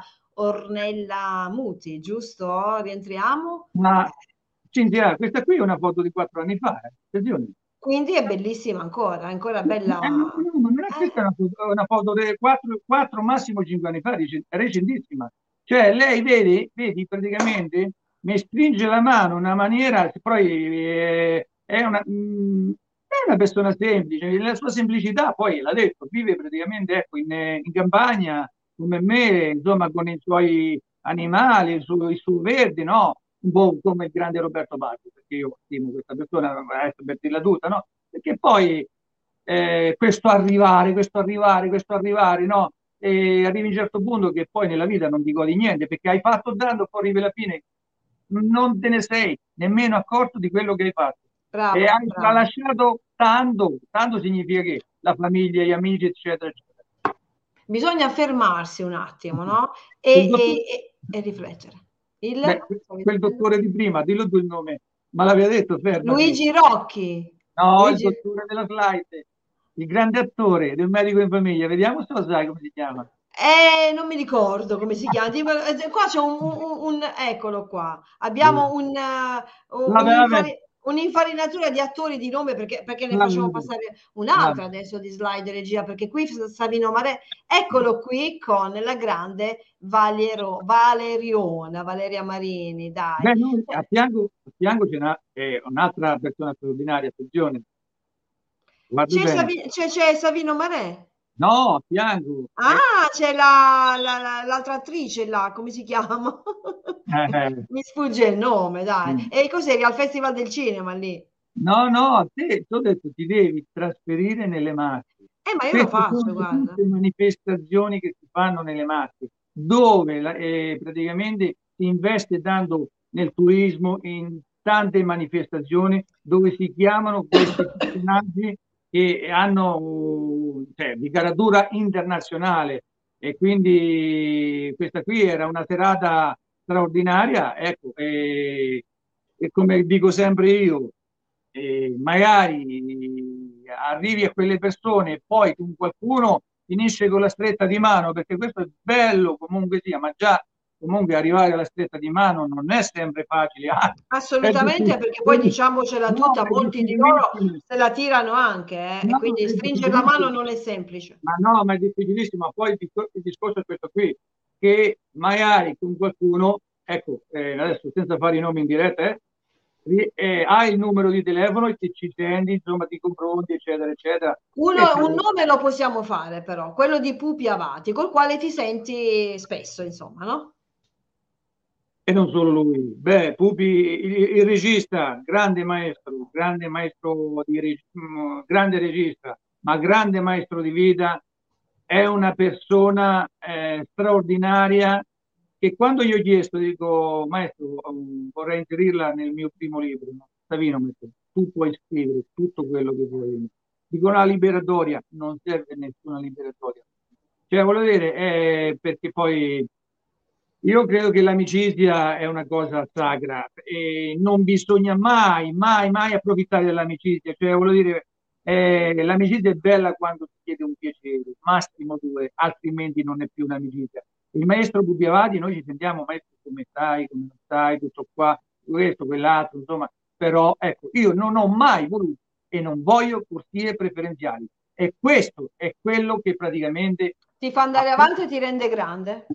Ornella Muti, giusto? Rientriamo? Ma Eh, Cinzia, questa qui è una foto di quattro anni fa, eh. Attenzione. quindi è bellissima ancora, è ancora bella. Eh, no, no, ma non è questa Eh, una foto, una foto di quattro, massimo cinque anni fa, recen- recentissima. Cioè, lei vedi, vedi praticamente mi stringe la mano in una maniera, poi eh, è una, mm, è una persona semplice, la sua semplicità, poi l'ha detto, vive praticamente ecco, in, in campagna come me, insomma, con i suoi animali, il suo, il suo verde, no? Un po' come il grande Roberto Baggio, perché io stimo questa persona, adesso per dirla tutta, no? Perché poi eh, questo arrivare, questo arrivare, questo arrivare, no? E arrivi a un certo punto che poi nella vita non ti godi niente perché hai fatto tanto, poi arrivi alla fine, non te ne sei nemmeno accorto di quello che hai fatto. E bravo, hai bravo. tralasciato tanto, tanto significa che la famiglia, gli amici, eccetera, eccetera. Bisogna fermarsi un attimo, no? E, Il dottor, e- e- e riflettere. Il? beh, Stavi quel dicendo? dottore di prima, dillo tu il nome, ma l'aveva detto, fermati. Luigi Rocchi. No, il Luigi... dottore della slide, il grande attore del medico in famiglia, vediamo se lo sai come si chiama. Eh, non mi ricordo come si chiama. Dimmelo- eh, Qua c'è un, un- un- eccolo qua. Abbiamo un, eh, Vabbè, vabbè, un'infari- un'infarinatura di attori di nome perché, perché ne vabbè, facciamo vabbè, passare vabbè. un'altra adesso di slide regia perché qui Savino Mare, eccolo qui con la grande Valiero- Valeriona, Valeria Marini, dai. Beh, noi a fianco, a fianco c'è una- eh, un'altra persona straordinaria, attenzione, guardi C'è bene. Savi- c'è- c'è Savino Mare. No, a fianco. Eh, Ah, c'è la, la- la- l'altra attrice là, come si chiama? eh, Mi sfugge il nome, dai. mm. E cos'eri al Festival del Cinema lì? No, no, te, ti ho detto, ti devi trasferire nelle Marche. Eh, ma io lo Queste sono faccio, guarda. tutte manifestazioni che si fanno nelle Marche, dove la- eh, praticamente si investe tanto nel turismo, in tante manifestazioni dove si chiamano questi personaggi che hanno cioè, di caratura internazionale e quindi questa qui era una serata straordinaria, ecco, e, e come dico sempre io, eh, magari arrivi a quelle persone e poi con qualcuno finisce con la stretta di mano, perché questo è bello comunque sia, ma già comunque arrivare alla stretta di mano non è sempre facile, ah, è Assolutamente, difficile, perché poi diciamocela no, tutta, è molti di loro difficilissimo, se la tirano anche, eh, e no, quindi è stringere la mano difficilissimo. non è semplice. Ma no, ma è difficilissimo. Ma poi il discor- il discorso è questo qui, che magari con qualcuno, ecco, eh, adesso senza fare i nomi in diretta, eh, ri- eh, hai il numero di telefono e ti ci senti, insomma, ti confronti, eccetera, eccetera. Uno, E, un ti- nome lo possiamo fare però, quello di Pupi Avati, col quale ti senti spesso, insomma, no? e non solo lui. Beh, Pupi, il, il regista, grande maestro, grande maestro di reg- mm, grande regista, ma grande maestro di vita, è una persona eh, straordinaria che quando gli ho chiesto, dico, maestro, um, vorrei inserirla nel mio primo libro, no? Savino, mi ha detto, tu puoi scrivere tutto quello che vuoi. dicono la liberatoria, non serve nessuna liberatoria. Cioè, voglio dire, eh, perché poi io credo che l'amicizia è una cosa sacra e non bisogna mai, mai, mai approfittare dell'amicizia. Cioè, voglio dire, eh, l'amicizia è bella quando si chiede un piacere, massimo due, altrimenti non è più un'amicizia. Il maestro Bubbiavati, noi ci sentiamo, maestro, come stai, come non stai, tutto qua, questo, quell'altro, insomma, però ecco, io non ho mai voluto e non voglio corsie preferenziali. E questo è quello che praticamente Ti fa andare avanti e ti rende grande.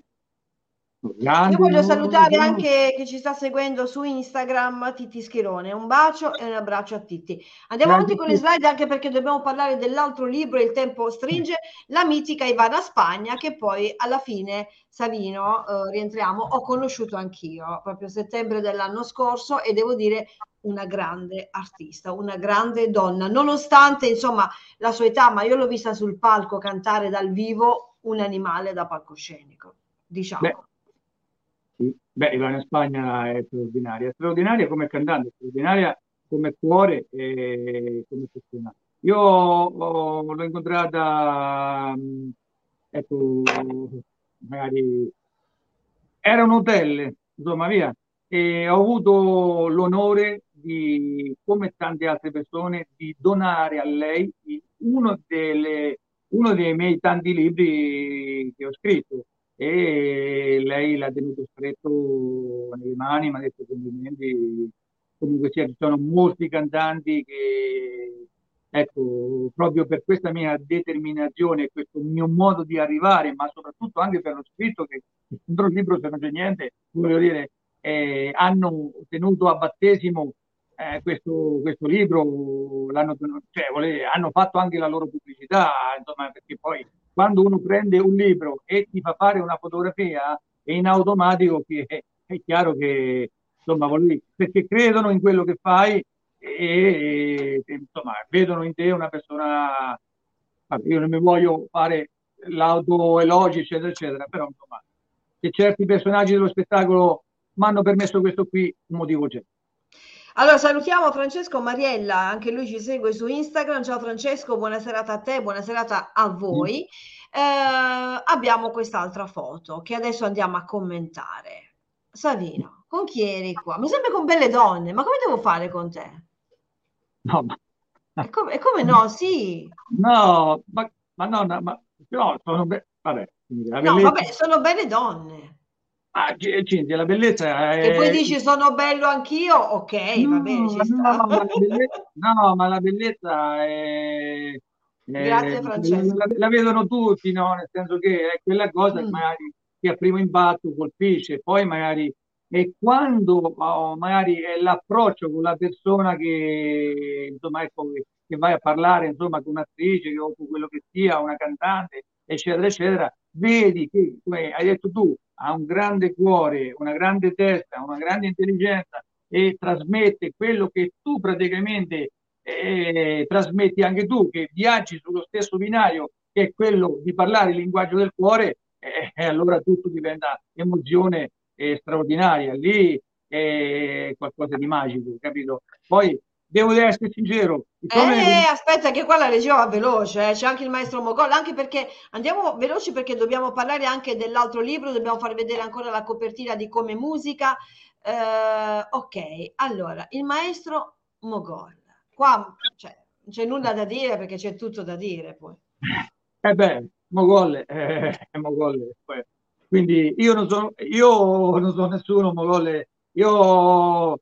Io grande, voglio no, salutare no, anche chi ci sta seguendo su Instagram, Titti Schirone. Un bacio e un abbraccio a Titti. Andiamo avanti grazie a con le tutti. slide anche perché dobbiamo parlare dell'altro libro, Il tempo stringe, la mitica Ivana Spagna, che poi alla fine, Savino, eh, rientriamo, ho conosciuto anch'io, proprio a settembre dell'anno scorso e devo dire una grande artista, una grande donna, nonostante insomma la sua età, ma io l'ho vista sul palco cantare dal vivo un animale da palcoscenico, Beh, diciamo. sì. Beh, Ivana Spagna è straordinaria, è straordinaria come cantante, straordinaria come cuore e come persona. Io ho- l'ho incontrata, mh, ecco, magari era un hotel, insomma, via, e ho avuto l'onore di, come tante altre persone, di donare a lei uno, delle, uno dei miei tanti libri che ho scritto e lei l'ha tenuto stretto nelle mani, mi ha detto complimenti. Comunque sia, ci sono molti cantanti che, ecco, proprio per questa mia determinazione, questo mio modo di arrivare, ma soprattutto anche per lo scritto, che dentro il libro se non c'è niente, voglio dire, eh, hanno tenuto a battesimo eh, questo, questo libro, l'hanno tenuto- cioè, voglio hanno fatto anche la loro pubblicità, insomma, perché poi quando uno prende un libro e ti fa fare una fotografia, è in automatico che è chiaro che, insomma, voglio dire, perché credono in quello che fai e, e, insomma, vedono in te una persona, vabbè, io non mi voglio fare l'autoelogi, eccetera, eccetera, però insomma, se certi personaggi dello spettacolo mi hanno permesso questo qui, un motivo c'è. Allora salutiamo Francesco Mariella, anche lui ci segue su Instagram. Ciao Francesco, buona serata a te, buona serata a voi. Eh, abbiamo quest'altra foto che adesso andiamo a commentare. Savino, con chi eri qua? Mi sembra con belle donne, ma come devo fare con te? No, ma, E come, e come no? Sì. no, ma, ma no, no, ma no, sono be- vabbè, la No, bellezza, vabbè, sono belle donne. ah, C- Cinzia, la bellezza Che poi è. dici sono bello anch'io, ok, va bene, No, ci no, sta. ma la bellezza, no, ma la bellezza è, è- Grazie la, Francesco. la vedono tutti, no? Nel senso che è quella cosa che Mm. magari che a primo impatto colpisce, poi magari è quando oh, magari è l'approccio con la persona che, insomma, ecco, che, che vai a parlare, insomma, con un'attrice che- o con quello che sia, una cantante, eccetera, eccetera, vedi che, come hai detto tu, ha un grande cuore, una grande testa, una grande intelligenza e trasmette quello che tu praticamente eh, trasmetti anche tu, che viaggi sullo stesso binario, che è quello di parlare il linguaggio del cuore, eh, e allora tutto diventa emozione eh, straordinaria. Lì è qualcosa di magico, capito? Poi devo essere sincero, siccome Eh, aspetta che qua la regia va veloce, eh, c'è anche il maestro Mogol, anche perché andiamo veloci perché dobbiamo parlare anche dell'altro libro, dobbiamo far vedere ancora la copertina di Come Musica. Eh, ok, allora, il maestro Mogol. Qua cioè, non c'è nulla da dire perché c'è tutto da dire poi. eh beh, Mogol eh, è Mogol. Poi. Quindi io non sono, io non sono nessuno, Mogol. Io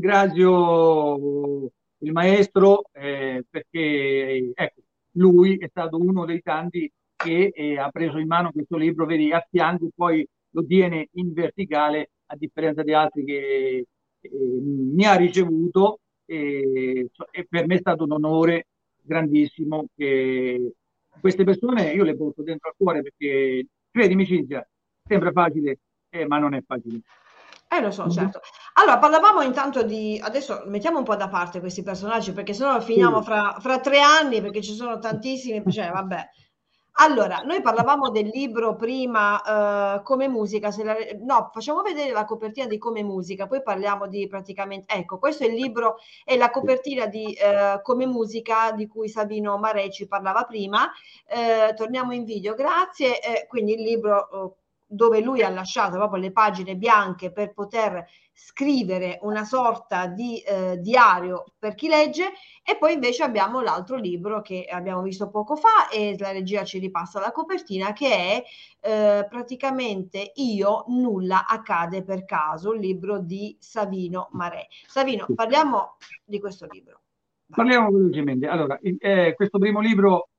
ringrazio il maestro eh, perché ecco, lui è stato uno dei tanti che eh, ha preso in mano questo libro, vedi, a fianco, poi lo tiene in verticale, a differenza di altri che eh, mi ha ricevuto e, e per me è stato un onore grandissimo che queste persone io le porto dentro al cuore perché, credimi Cinzia, sembra facile, eh, ma non è facile. Eh, lo so, certo. Allora, parlavamo intanto di... Adesso mettiamo un po' da parte questi personaggi perché sennò finiamo Sì. fra, fra tre anni perché ci sono tantissimi, cioè vabbè. Allora, noi parlavamo del libro prima, eh, come musica, se la- no, facciamo vedere la copertina di come musica, poi parliamo di praticamente, ecco, questo è il libro, è la copertina di eh, come musica di cui Savino Marè ci parlava prima. Eh, torniamo in video, grazie. Eh, quindi il libro eh, dove lui ha lasciato proprio le pagine bianche per poter scrivere una sorta di eh, diario per chi legge, e poi invece abbiamo l'altro libro che abbiamo visto poco fa e la regia ci ripassa la copertina, che è eh, praticamente Io nulla accade per caso, un libro di Savino Marè. Savino, parliamo di questo libro. Vai. Parliamo velocemente. Allora, il- eh, questo primo libro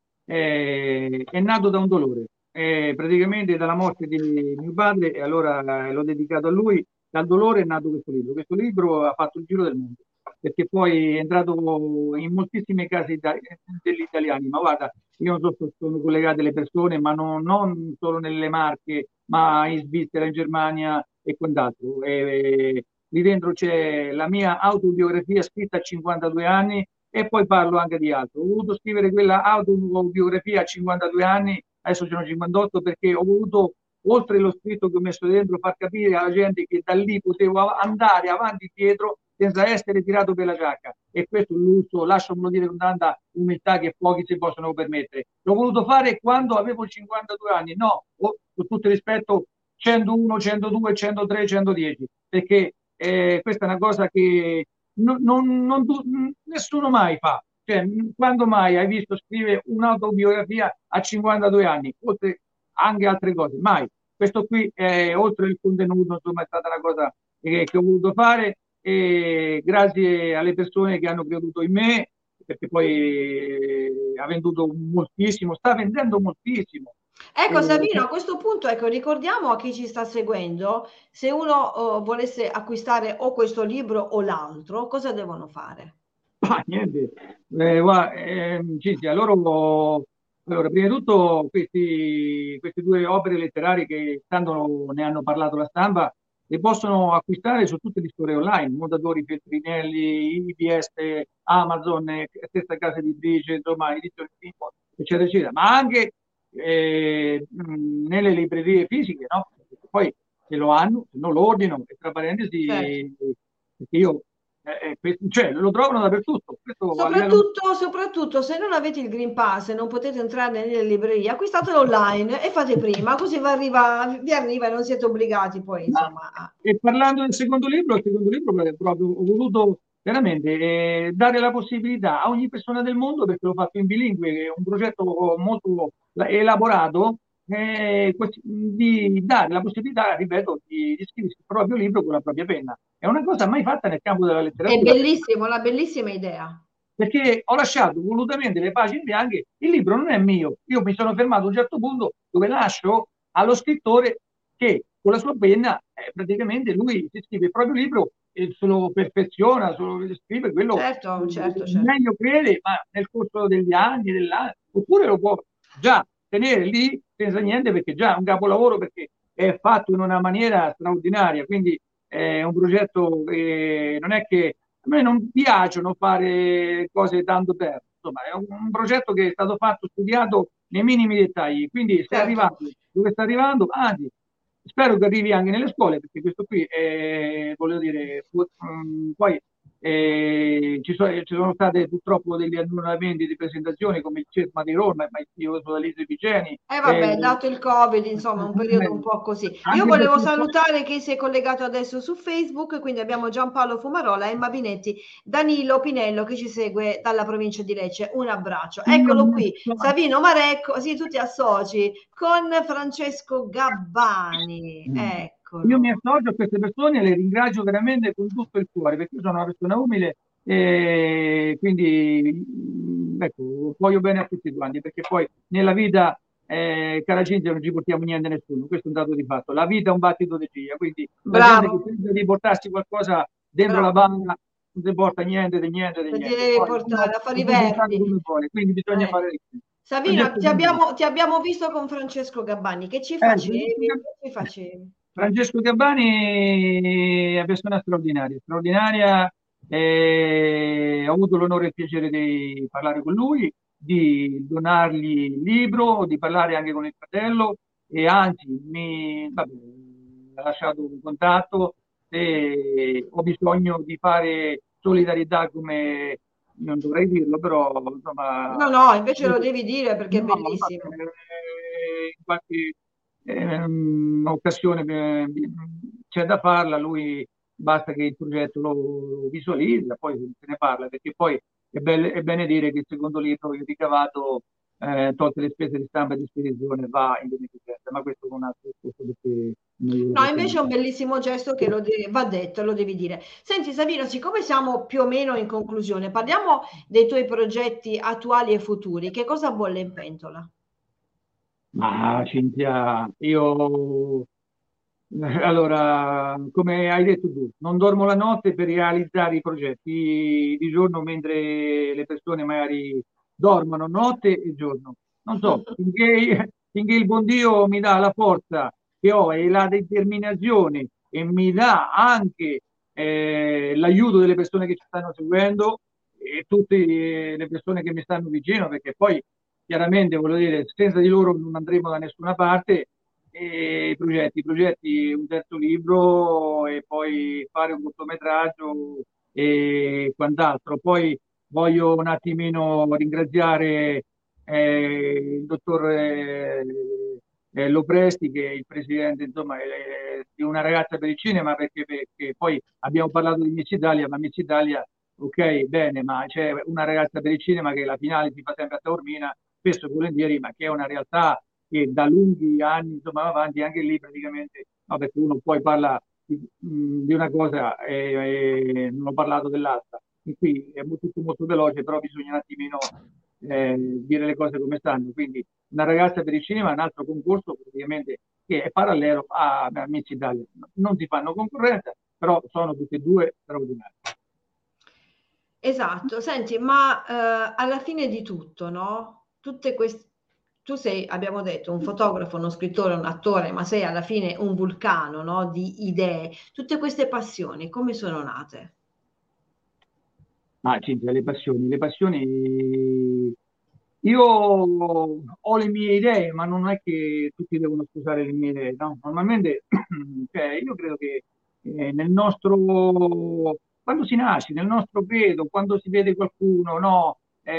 eh, è nato da un dolore, eh, praticamente dalla morte di mio padre, e allora eh, l'ho dedicato a lui. Dal dolore è nato questo libro. Questo libro ha fatto il giro del mondo, perché poi è entrato in moltissime case ita- degli italiani. Ma guarda, io non so se sono collegate le persone, ma non, non solo nelle Marche, ma in Svizzera, in Germania e quant'altro. E, lì dentro c'è la mia autobiografia scritta a cinquantadue anni, e poi parlo anche di altro. Ho voluto scrivere quella autobiografia a cinquantadue anni, adesso sono cinquantotto, perché ho voluto, oltre lo scritto che ho messo dentro, far capire alla gente che da lì potevo andare avanti e dietro senza essere tirato per la giacca. E questo è un lusso, lasciamelo dire con tanta umiltà, che pochi si possono permettere. L'ho voluto fare quando avevo cinquantadue anni, no, oh, con tutto il rispetto, centouno, centodue, centotré, centodieci, perché eh, questa è una cosa che non, non, non, nessuno mai fa. Cioè, quando mai hai visto scrivere un'autobiografia a cinquantadue anni, oltre anche altre cose? Mai. Questo qui, è, oltre il contenuto, insomma, è stata una cosa che, che ho voluto fare, e grazie alle persone che hanno creduto in me, perché poi eh, ha venduto moltissimo, sta vendendo moltissimo. Ecco E, Savino, a questo punto ecco, ricordiamo a chi ci sta seguendo, se uno eh, volesse acquistare o questo libro o l'altro, cosa devono fare? ah, niente, eh, guarda, ehm, Cinzia, loro, allora, prima di tutto questi, queste due opere letterarie che tanto ne hanno parlato la stampa, le possono acquistare su tutte le store online, Mondadori, Feltrinelli, I B S, Amazon, eh, stessa casa editrice, insomma, edizione Tipo, eccetera, eccetera, ma anche eh, mh, nelle librerie fisiche, no? Perché poi se lo hanno, se non lo ordinano, e tra Certo. parentesi, perché io eh, eh, cioè, lo trovano dappertutto. Questo a livello. Soprattutto, soprattutto se non avete il Green Pass e non potete entrare nelle librerie, acquistatelo online e fate prima, così vi arriva, vi arriva e non siete obbligati poi, Ma, insomma, a... e parlando del secondo libro, il secondo libro è proprio, ho voluto veramente eh, dare la possibilità a ogni persona del mondo, perché l'ho fatto in bilingue, che è un progetto molto elaborato, eh, quest- di dare la possibilità, ripeto, di, di scrivere il proprio libro con la propria penna. È una cosa mai fatta nel campo della È letteratura. bellissimo, una bellissima idea. Perché ho lasciato volutamente le pagine bianche, il libro non è mio, io mi sono fermato a un certo punto dove lascio allo scrittore che con la sua penna eh, praticamente lui si scrive il proprio libro e se lo perfeziona, se lo scrive quello Certo, certo, eh, certo. meglio crede, ma nel corso degli anni, dell'anno, oppure lo può già tenere lì senza niente, perché già è un capolavoro, perché è fatto in una maniera straordinaria, quindi è un progetto che non è che a me non piacciono fare cose tanto per, insomma, è un, un progetto che è stato fatto, studiato nei minimi dettagli, quindi sta Certo. arrivando dove sta arrivando, anzi, spero che arrivi anche nelle scuole, perché questo qui è, voglio dire, um, poi eh, ci, so, ci sono state purtroppo degli annullamenti di presentazioni come il CERMA di Roma, ma io sono da Lise Piceni, E eh eh, vabbè, dato il Covid, insomma, un periodo un po' così. Io anche volevo perché salutare chi si è collegato adesso su Facebook, quindi abbiamo Giampaolo Fumarola, Emma Binetti, Danilo Pinello che ci segue dalla provincia di Lecce. Un abbraccio. io Eccolo mi qui, Savino Marecco, sì, tutti associ, con Francesco Gabbani. Io mi Eccolo. associo a queste persone e le ringrazio veramente con tutto il cuore, perché io sono una persona umile e quindi mh, ecco, voglio bene a tutti quanti, perché poi nella vita, eh, cara Cinzia, non ci portiamo niente a nessuno, questo è un dato di fatto. La vita è un battito di ciglia, quindi la gente che Bravo, pensa di portarsi qualcosa dentro la bravo. banca non si porta niente di niente di Se ti niente. devi Poi portare uno a fare lo i può pensare verdi. come vuole, quindi bisogna Eh. fare. Savino, Francesco ti Gambini. abbiamo, ti abbiamo visto con Francesco Gabbani. Che ci Eh, Francesco facevi? Gab- Che ci facevi? Francesco Gabbani è una persona straordinaria, straordinaria. Eh, ho avuto l'onore e il piacere di parlare con lui. di donargli il libro, di parlare anche con il fratello e anzi mi vabbè, ha lasciato un contatto e ho bisogno di fare solidarietà come non dovrei dirlo, però insomma, No, no, invece lo devi dire perché è no, vabbè, bellissimo. eh, in qualche ehm, occasione eh, c'è da farla, lui basta che il progetto lo visualizza, poi se ne parla, perché poi è, belle- è bene dire che il secondo libro, il ricavato, eh, tolte le spese di stampa e di spedizione, va in beneficenza, ma questo è un altro discorso perché non glielo No, possiamo invece è un dire. bellissimo gesto che lo de- va detto, lo devi dire. Senti, Savino, siccome siamo più o meno in conclusione, parliamo dei tuoi progetti attuali e futuri. Che cosa bolle in pentola? Ma Cinzia, io eh, allora, come hai detto tu, non dormo la notte per realizzare i progetti di giorno mentre le persone magari dormono notte e giorno. Non so, finché, finché il buon Dio mi dà la forza che ho e la determinazione e mi dà anche eh, l'aiuto delle persone che ci stanno seguendo e tutte le persone che mi stanno vicino, perché poi chiaramente voglio dire, senza di loro non andremo da nessuna parte. E i progetti, i progetti, un terzo libro e poi fare un cortometraggio e quant'altro. Poi voglio un attimino ringraziare eh, il dottor eh, eh, Lopresti, che è il presidente insomma, eh, di una ragazza per il cinema, perché, perché poi abbiamo parlato di Miss Italia, ma Miss Italia, ok, bene, ma c'è una ragazza per il cinema che la finale si fa sempre a Taormina, spesso e volentieri, ma che è una realtà che da lunghi anni insomma va avanti anche lì praticamente, no, perché uno poi parla di, mh, di una cosa e, e non ho parlato dell'altra. E qui è molto, tutto molto veloce, però bisogna un attimino eh, dire le cose come stanno. Quindi una ragazza per il cinema è un altro concorso praticamente che è parallelo a, a Miss Italia. Non si fanno concorrenza, però sono tutte e due straordinarie. Esatto, senti, ma eh, alla fine di tutto, no? Tutte queste... Tu sei, abbiamo detto, un fotografo, uno scrittore, un attore, ma sei alla fine un vulcano, no? Di idee. Tutte queste passioni, come sono nate? Ah, Cinzia, le passioni, le passioni. Io ho le mie idee, ma non è che tutti devono sposare le mie idee, no? Normalmente, cioè, io credo che eh, nel nostro, quando si nasce, nel nostro credo, quando si vede qualcuno, no?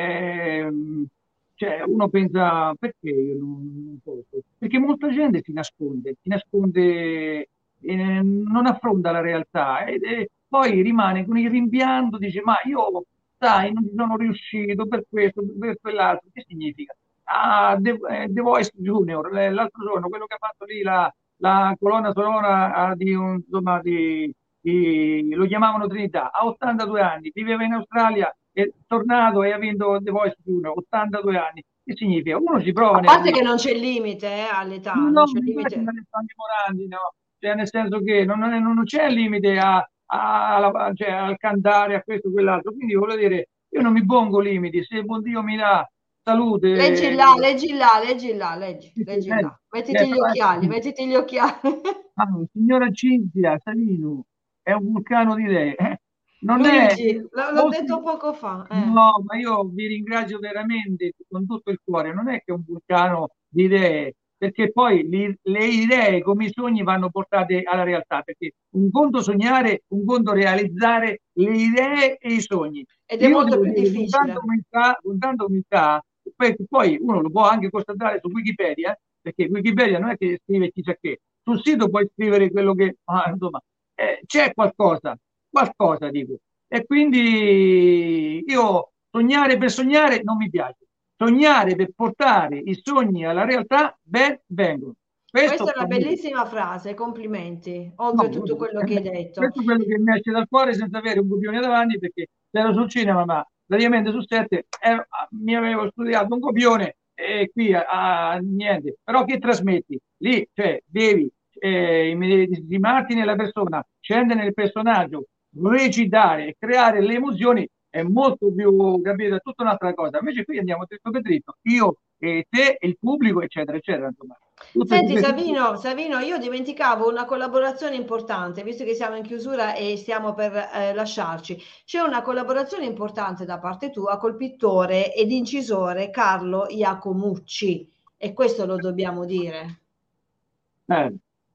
Ehm, cioè, uno pensa, perché io non, non posso? Perché molta gente si nasconde, si nasconde, eh, non affronta la realtà ed è- poi rimane con il rimpianto, dice, ma io sai, non ci sono riuscito per questo, per quell'altro. Che significa? Ah, The, eh, The Voice Junior, l- l'altro giorno, quello che ha fatto lì la, la colonna sonora ah, di un, insomma, di, di- lo chiamavano Trinità, ha ottantadue anni, viveva in Australia, è tornato e ha vinto The Voice Junior, ottantadue anni. Che significa? Uno ci prova A nella parte che vita. non c'è limite, eh, all'età, non No, c'è ma infatti me limite. ne stanno dimorando, no? Cioè, nel senso che non, non è- non c'è limite a, a- alla- cioè, al cantare, a questo, quell'altro. Quindi voglio dire, io non mi pongo limiti. Se il buon Dio mi dà Leggi salute, là, leggi là, leggi là, leggi, sì, sì, leggi eh, là. eh, Mettiti gli però, occhiali, eh, mettiti gli occhiali. ah, signora Cinzia Savino è un vulcano di idee. eh. Non è Luigi, l- l'ho molti, detto poco fa. Eh. no, ma io vi ringrazio veramente con tutto il cuore. Non è che è un vulcano di idee, perché poi li- le idee come i sogni vanno portate alla realtà, perché un conto sognare, un conto realizzare le idee e i sogni. Ed è Io molto devo più dire con tanta difficile. umiltà, con tanta umiltà, poi, poi uno lo può anche constatare su Wikipedia, perché Wikipedia non è che scrive chissà che, sul sito puoi scrivere quello che, ah, insomma, eh, c'è qualcosa, qualcosa dico. E quindi io sognare per sognare non mi piace. Sognare per portare i sogni alla realtà, ben vengono. Questa Questo è una fa molto. bellissima frase, complimenti, oltre No, a tutto vabbè, quello che hai eh, detto. questo è quello che mi esce dal cuore senza avere un copione davanti perché ero sul cinema, ma praticamente su sette eh, mi avevo studiato un copione e qui ah, niente. Però che trasmetti? Lì, cioè, devi eh, immedesimarti nella persona, scendere nel personaggio, recitare e creare le emozioni è molto più, capito, è tutta un'altra cosa. Invece qui andiamo dritto per dritto. Io e te e il pubblico, eccetera, eccetera. Insomma, tutte Senti queste... Savino, Savino, io dimenticavo una collaborazione importante, visto che siamo in chiusura e stiamo per eh, lasciarci. C'è una collaborazione importante da parte tua col pittore ed incisore Carlo Iacomucci e questo lo dobbiamo dire. Eh,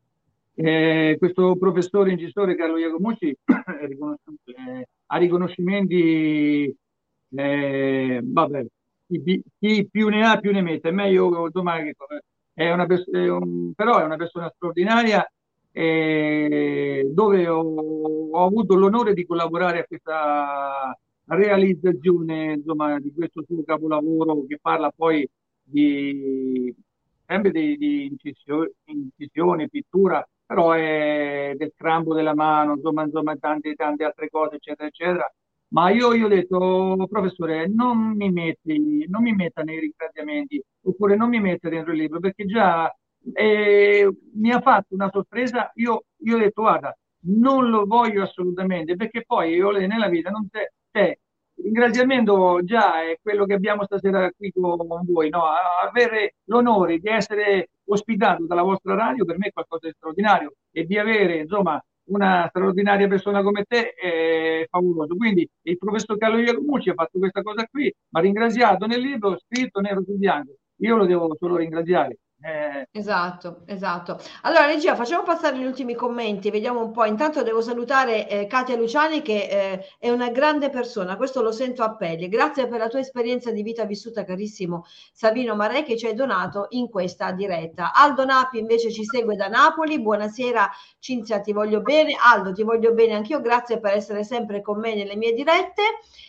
eh, questo professore incisore Carlo Iacomucci è riconosciuto, eh, ha riconoscimenti, eh, vabbè, chi, pi- chi più ne ha più ne mette, è meglio domani che cosa. È una pers- è un- però è una persona straordinaria, eh, dove ho, ho avuto l'onore di collaborare a questa realizzazione, insomma, di questo suo capolavoro che parla poi di, sempre di, di incisio- incisione, pittura, però è del crampo della mano, insomma, insomma tante, tante altre cose, eccetera, eccetera. Ma io gli ho detto, professore, non mi metti, non mi metta nei ringraziamenti, oppure non mi metta dentro il libro, perché già eh, mi ha fatto una sorpresa. Io, io ho detto, guarda, non lo voglio assolutamente, perché poi io nella vita non c'è, c'è il ringraziamento già è quello che abbiamo stasera qui con voi, no? Avere l'onore di essere ospitato dalla vostra radio per me è qualcosa di straordinario e di avere, insomma, una straordinaria persona come te è favoloso. Quindi il professor Carlo Iacomucci ha fatto questa cosa qui, mi ha ringraziato nel libro, scritto nero su bianco. Io lo devo solo ringraziare. Eh, Esatto, esatto. Allora, regia, facciamo passare gli ultimi commenti, vediamo un po'. Intanto devo salutare eh, Katia Luciani, che eh, è una grande persona, questo lo sento a pelle. Grazie per la tua esperienza di vita vissuta, carissimo Savino Marè, che ci hai donato in questa diretta. Aldo Napi invece ci segue da Napoli. Buonasera, Cinzia, ti voglio bene. Aldo, ti voglio bene anch'io. Grazie per essere sempre con me nelle mie dirette.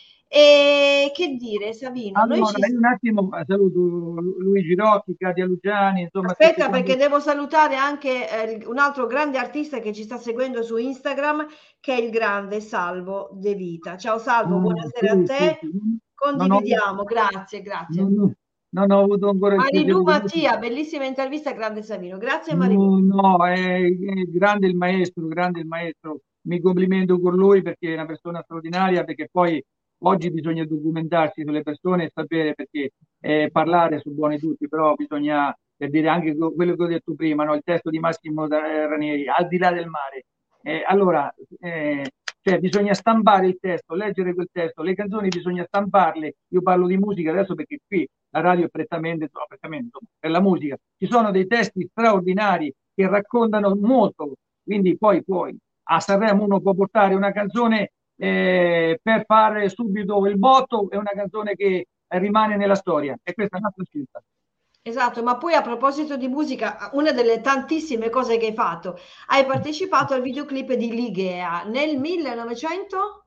E che dire, Savino, noi allora, ci... io un attimo saluto Luigi Rocchi, Katia Luciani, insomma, tutti Aspetta, quanti. perché devo salutare anche eh, il- un altro grande artista che ci sta seguendo su Instagram, che è il grande Salvo De Vita. Ciao Salvo, Ah, buonasera a sì, sì, te. sì. Non ho, Condividiamo, grazie, grazie. non ho- non ho avuto ancora il piacere Marilu di Mattia, bellissima intervista, grande Savino. Grazie Marilu. No, no, è, è grande il maestro, grande il maestro. Mi complimento con lui perché è una persona straordinaria, perché poi oggi bisogna documentarsi sulle persone e sapere perché eh, parlare su buoni tutti, però bisogna, per dire anche co- quello che ho detto prima, no? Il testo di Massimo Da- Ranieri, Al di là del mare. Eh, allora, eh, cioè, bisogna stampare il testo, leggere quel testo, le canzoni bisogna stamparle. Io parlo di musica adesso perché qui la radio è prettamente, no, prettamente insomma, per la musica. Ci sono dei testi straordinari che raccontano molto, quindi poi, poi a Sanremo uno può portare una canzone eh, per fare subito il botto e una canzone che rimane nella storia e questa è un'altra scelta. Esatto, ma poi a proposito di musica, una delle tantissime cose che hai fatto, hai partecipato al videoclip di Ligea nel millenovecento?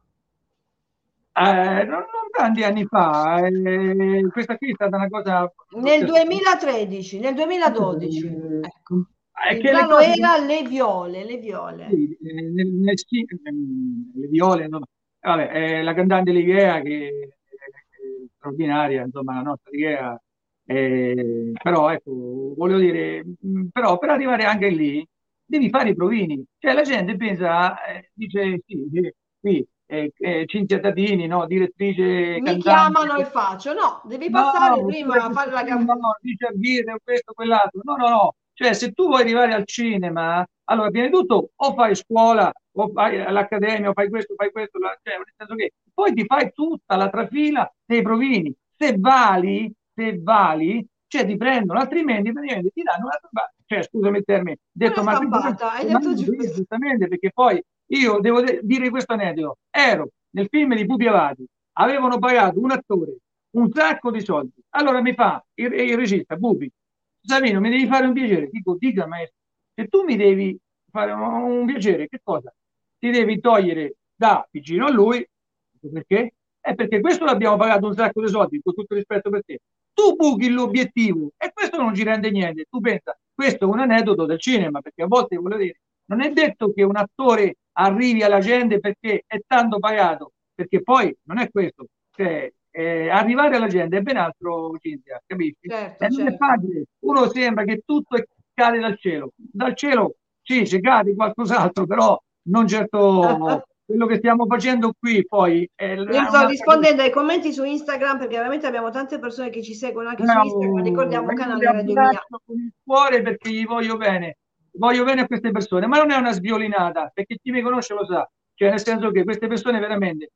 Eh, non, non tanti anni fa, eh, questa qui è stata una cosa lo Nel stesso. duemilatredici, nel duemiladodici, Eh, ecco. è Il che le brano cose era Le viole, le viole. sì, eh, nel, nel sì, ehm, le viole, no? Vabbè, eh, la cantante Ligea che è straordinaria, insomma, la nostra Ligea, eh, però ecco, volevo dire, mh, però per arrivare anche lì devi fare i provini, cioè la gente pensa, eh, dice sì, sì, sì, eh, eh, Cinzia Tatini, no? Direttrice, Mi cantante, chiamano e faccio. No, devi no, passare oppure prima a fare questo la film, no, gara. no, dice Arghire, questo, quell'altro. No, no, no. Cioè, se tu vuoi arrivare al cinema, allora, prima di tutto, o fai scuola, o fai all'accademia, o fai questo, fai questo, la- cioè, nel senso che poi ti fai tutta la trafila dei provini. Se vali, se vali, cioè ti prendono, altrimenti praticamente ti danno una trabata. Cioè, scusami il termine, Una detto malamente, stampata, hai detto giusto. giustamente, perché poi io devo de- dire questo aneddoto. Ero nel film di Pupi Avati, avevano pagato un attore un sacco di soldi. Allora mi fa il, il regista, Bubi, Savino, mi devi fare un piacere. Dico, dica maestro, se tu mi devi fare un, un piacere, che cosa? Ti devi togliere da vicino a lui, perché? È perché questo l'abbiamo pagato un sacco di soldi, con tutto rispetto per te. Tu buchi l'obiettivo e questo non ci rende niente. Tu pensa, questo è un aneddoto del cinema, perché a volte, voglio dire, non è detto che un attore arrivi alla gente perché è tanto pagato, perché poi non è questo. Cioè, eh, arrivare alla gente è ben altro, Cinzia, capisci? E Certo, non è certo. facile. Uno sembra che tutto è- cade dal cielo. Dal cielo sì, ci cade qualcos'altro, però non certo quello che stiamo facendo qui poi è Io sto una... rispondendo ai commenti su Instagram perché veramente abbiamo tante persone che ci seguono anche su Instagram. Bravo, Ricordiamo io li canale Radio Mia. abbraccio con il cuore perché gli voglio bene, voglio bene a queste persone, ma non è una sviolinata, perché chi mi conosce lo sa, cioè nel senso che queste persone veramente,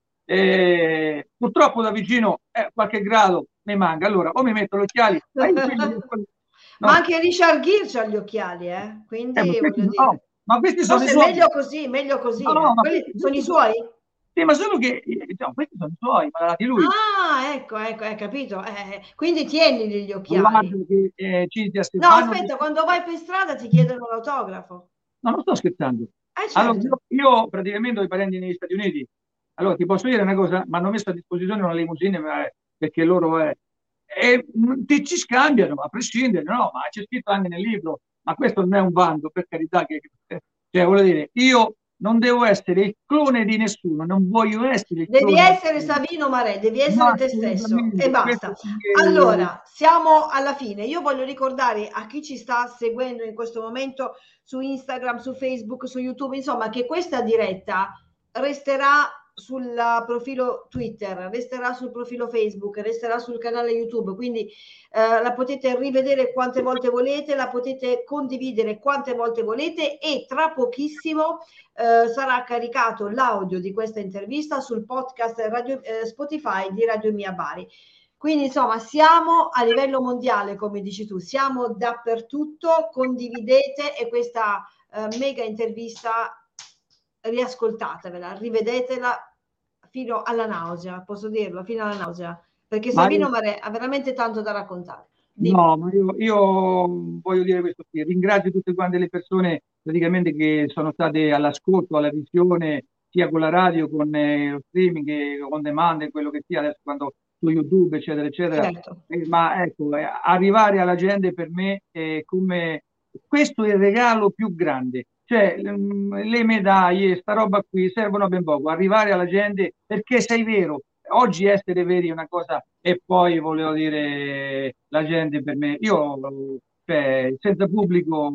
eh, purtroppo da vicino eh, qualche grado mi manca, allora o mi metto gli occhiali, ma io quelli, Ma no, anche Richard Gere ha gli occhiali, eh? eh, ma Quindi questi, voglio no, dire, ma questi sono i forse è suoi, meglio così, meglio no, così, no, eh. ma Quelli questi, sono i questi sono, suoi? sì, ma solo che, eh, no, questi sono i suoi, ma dati lui. Ah, ecco, ecco, hai capito. Eh, quindi tienili gli occhiali. Guarda che eh, Cinzia No, Stefano. aspetta, quando vai per strada ti chiedono l'autografo. No, non sto scherzando. Eh, Allora, certo. io, io praticamente ho i parenti negli Stati Uniti. Allora, ti posso dire una cosa? Mi hanno messo a disposizione una limousine ma- perché loro è, e, mh, ti ci scambiano, a prescindere, no? Ma c'è scritto anche nel libro, ma questo non è un bando, per carità, che, eh, cioè, voglio dire, io non devo essere il clone di nessuno, non voglio essere il Devi clone di essere nessuno, Savino Marè, devi ma essere te stesso e assolutamente, questo basta. sì che- Allora, siamo alla fine. Io voglio ricordare a chi ci sta seguendo in questo momento su Instagram, su Facebook, su YouTube, insomma, che questa diretta resterà sul profilo Twitter, resterà sul profilo Facebook, resterà sul canale YouTube, quindi eh, la potete rivedere quante volte volete, la potete condividere quante volte volete e tra pochissimo eh, sarà caricato l'audio di questa intervista sul podcast radio, eh, Spotify di Radio Mia Bari. Quindi insomma siamo a livello mondiale, come dici tu, siamo dappertutto, condividete e questa eh, mega intervista riascoltatevela, rivedetela fino alla nausea, posso dirlo, fino alla nausea, perché ma Savino Mare ha veramente tanto da raccontare. Dimmi. no, ma io, io voglio dire questo qui, ringrazio tutte quante le persone praticamente che sono state all'ascolto, alla visione, sia con la radio, con eh, lo streaming, che on demand, e quello che sia adesso quando su YouTube, eccetera, eccetera. Certo. Eh, ma ecco, eh, arrivare alla gente per me è come questo è il regalo più grande. Cioè, mm, le medaglie, sta roba qui servono a ben poco. Arrivare alla gente perché sei vero. Oggi essere veri è una cosa, e poi volevo dire, la gente per me, io cioè, senza pubblico,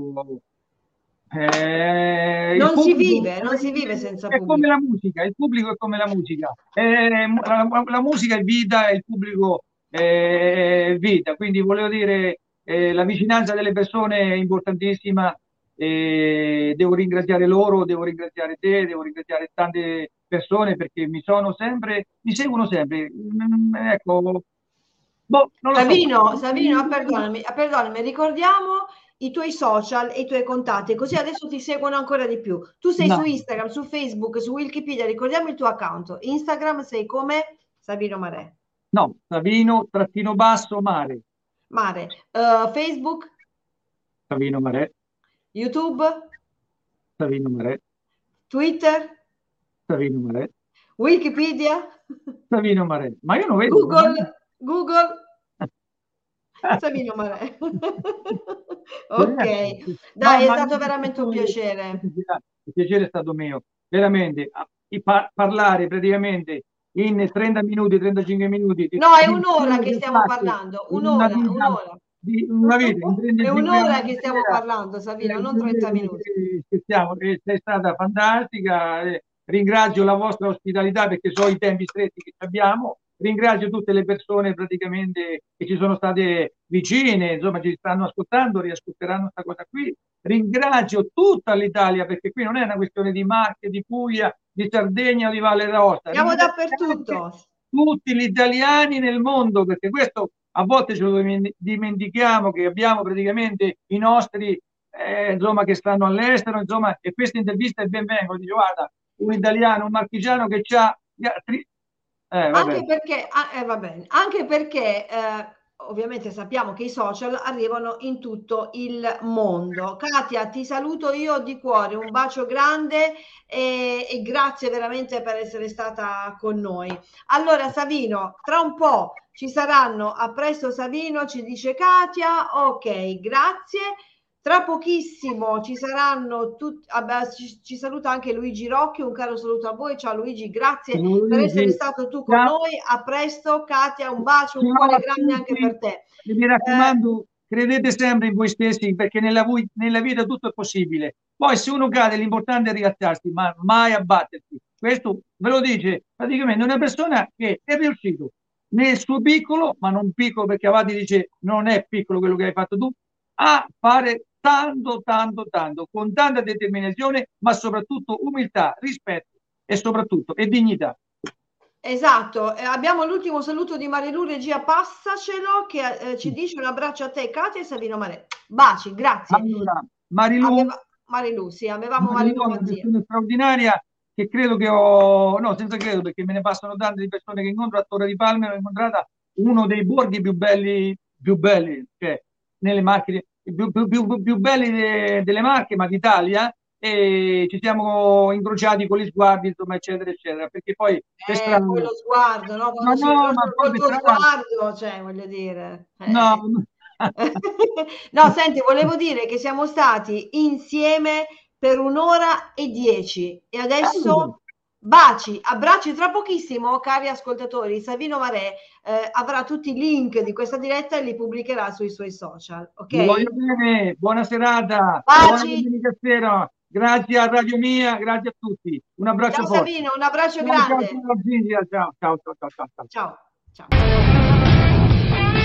eh, il Non si pubblico vive, non si vive senza è come pubblico. la musica, il pubblico è come la musica, Eh, la, la musica è vita e il pubblico è vita, quindi volevo dire, eh, la vicinanza delle persone è importantissima. E devo ringraziare loro, devo ringraziare te, devo ringraziare tante persone perché mi sono sempre, mi seguono sempre. Mm, ecco, boh, non lo so. Savino, Savino, ah, perdonami, ah, perdonami, ricordiamo i tuoi social e i tuoi contatti, così adesso ti seguono ancora di più. Tu sei su No, Instagram, su Facebook, su Wikipedia, ricordiamo il tuo account. Instagram sei come Savino Mare. no, Savino, trattino basso, mare. Mare. Uh, Facebook, Savino Mare, YouTube, Savino Mare, Twitter, Savino Mare, Wikipedia, Savino Mare. Ma io non vedo, ma... Google, Google, Savino Mare. Ok, No, dai, è ma stato veramente un piacere. il piacere è stato mio, veramente. a- i pa- parlare praticamente in trenta minuti, trentacinque minuti di, No, è di un'ora quello che che stiamo faccio parlando, in una un'ora, vita, un'ora. di una vita, in È trentacinque un'ora anni che di stiamo carriera, parlando, Savino, eh, non trenta minuti. eh, scherziamo, eh, sei stata fantastica. eh, ringrazio la vostra ospitalità perché so i tempi stretti che abbiamo. Ringrazio tutte le persone praticamente che ci sono state vicine, insomma, ci stanno ascoltando, riascolteranno questa cosa qui. Ringrazio tutta l'Italia perché qui non è una questione di Marche, di Puglia, di Sardegna o di Valle d'Aosta. Siamo Ringrazio anche dappertutto. tutti gli italiani nel mondo perché questo a volte ce lo dimentichiamo che abbiamo praticamente i nostri eh, insomma, che stanno all'estero, insomma, e questa intervista è ben vengono. Dice, guarda, un italiano, un marchigiano che ha eh, vabbè. Anche perché, ah, eh, va bene, anche perché eh, ovviamente sappiamo che i social arrivano in tutto il mondo. Katia, ti saluto io di cuore, un bacio grande e, e grazie veramente per essere stata con noi. Allora, Savino, tra un po' ci saranno, a presto Savino, ci dice Katia, ok, grazie. Tra pochissimo ci saranno tutti, ci, ci saluta anche Luigi Rocchi, un caro saluto a voi, ciao Luigi, grazie Ciao per essere Luigi, stato tu con ciao, noi, a presto Katia, un bacio, un ciao cuore a grande anche tutti per te. e mi Eh, raccomando, credete sempre in voi stessi perché nella, nella vita tutto è possibile. Poi se uno cade l'importante è rialzarsi, ma mai abbattersi. Questo ve lo dice praticamente una persona che è riuscito nel suo piccolo, ma non piccolo perché Avati dice non è piccolo quello che hai fatto tu, a fare tanto, tanto, tanto, con tanta determinazione, ma soprattutto umiltà, rispetto e soprattutto e dignità. Esatto, eh, abbiamo l'ultimo saluto di Marilu, regia, passacelo, che eh, ci dice un abbraccio a te, Katia e Savino Marè. Baci, grazie. Allora, Marilu, Aveva, Marilu, sì, avevamo Marilu Marilu è una Mazzia. persona straordinaria che credo che ho, no, senza credo, perché me ne passano tante di persone che incontro. A Torre di Palme ho incontrata uno dei borghi più belli, più belli, cioè nelle macchine, più, più, più, più belli de- delle Marche, ma d'Italia, e ci siamo incrociati con gli sguardi, insomma, eccetera, eccetera, perché poi per Eh, strada, poi lo sguardo, no? no, Quando si no, ma incrociano poi col per tuo strada, sguardo, cioè, voglio dire. no, eh. No, senti, volevo dire che siamo stati insieme per un'ora e dieci e no. adesso baci, abbracci. Tra pochissimo, cari ascoltatori, Savino Marè eh, avrà tutti i link di questa diretta e li pubblicherà sui suoi social, Vi ok? voglio bene, buona serata, buona Baci, domenica sera, grazie a Radio Mia, grazie a tutti. Un abbraccio ciao forte. Savino, un abbraccio Ciao, ciao, grande. ciao, Cinzia, ciao, ciao, ciao, ciao, ciao. Ciao, ciao.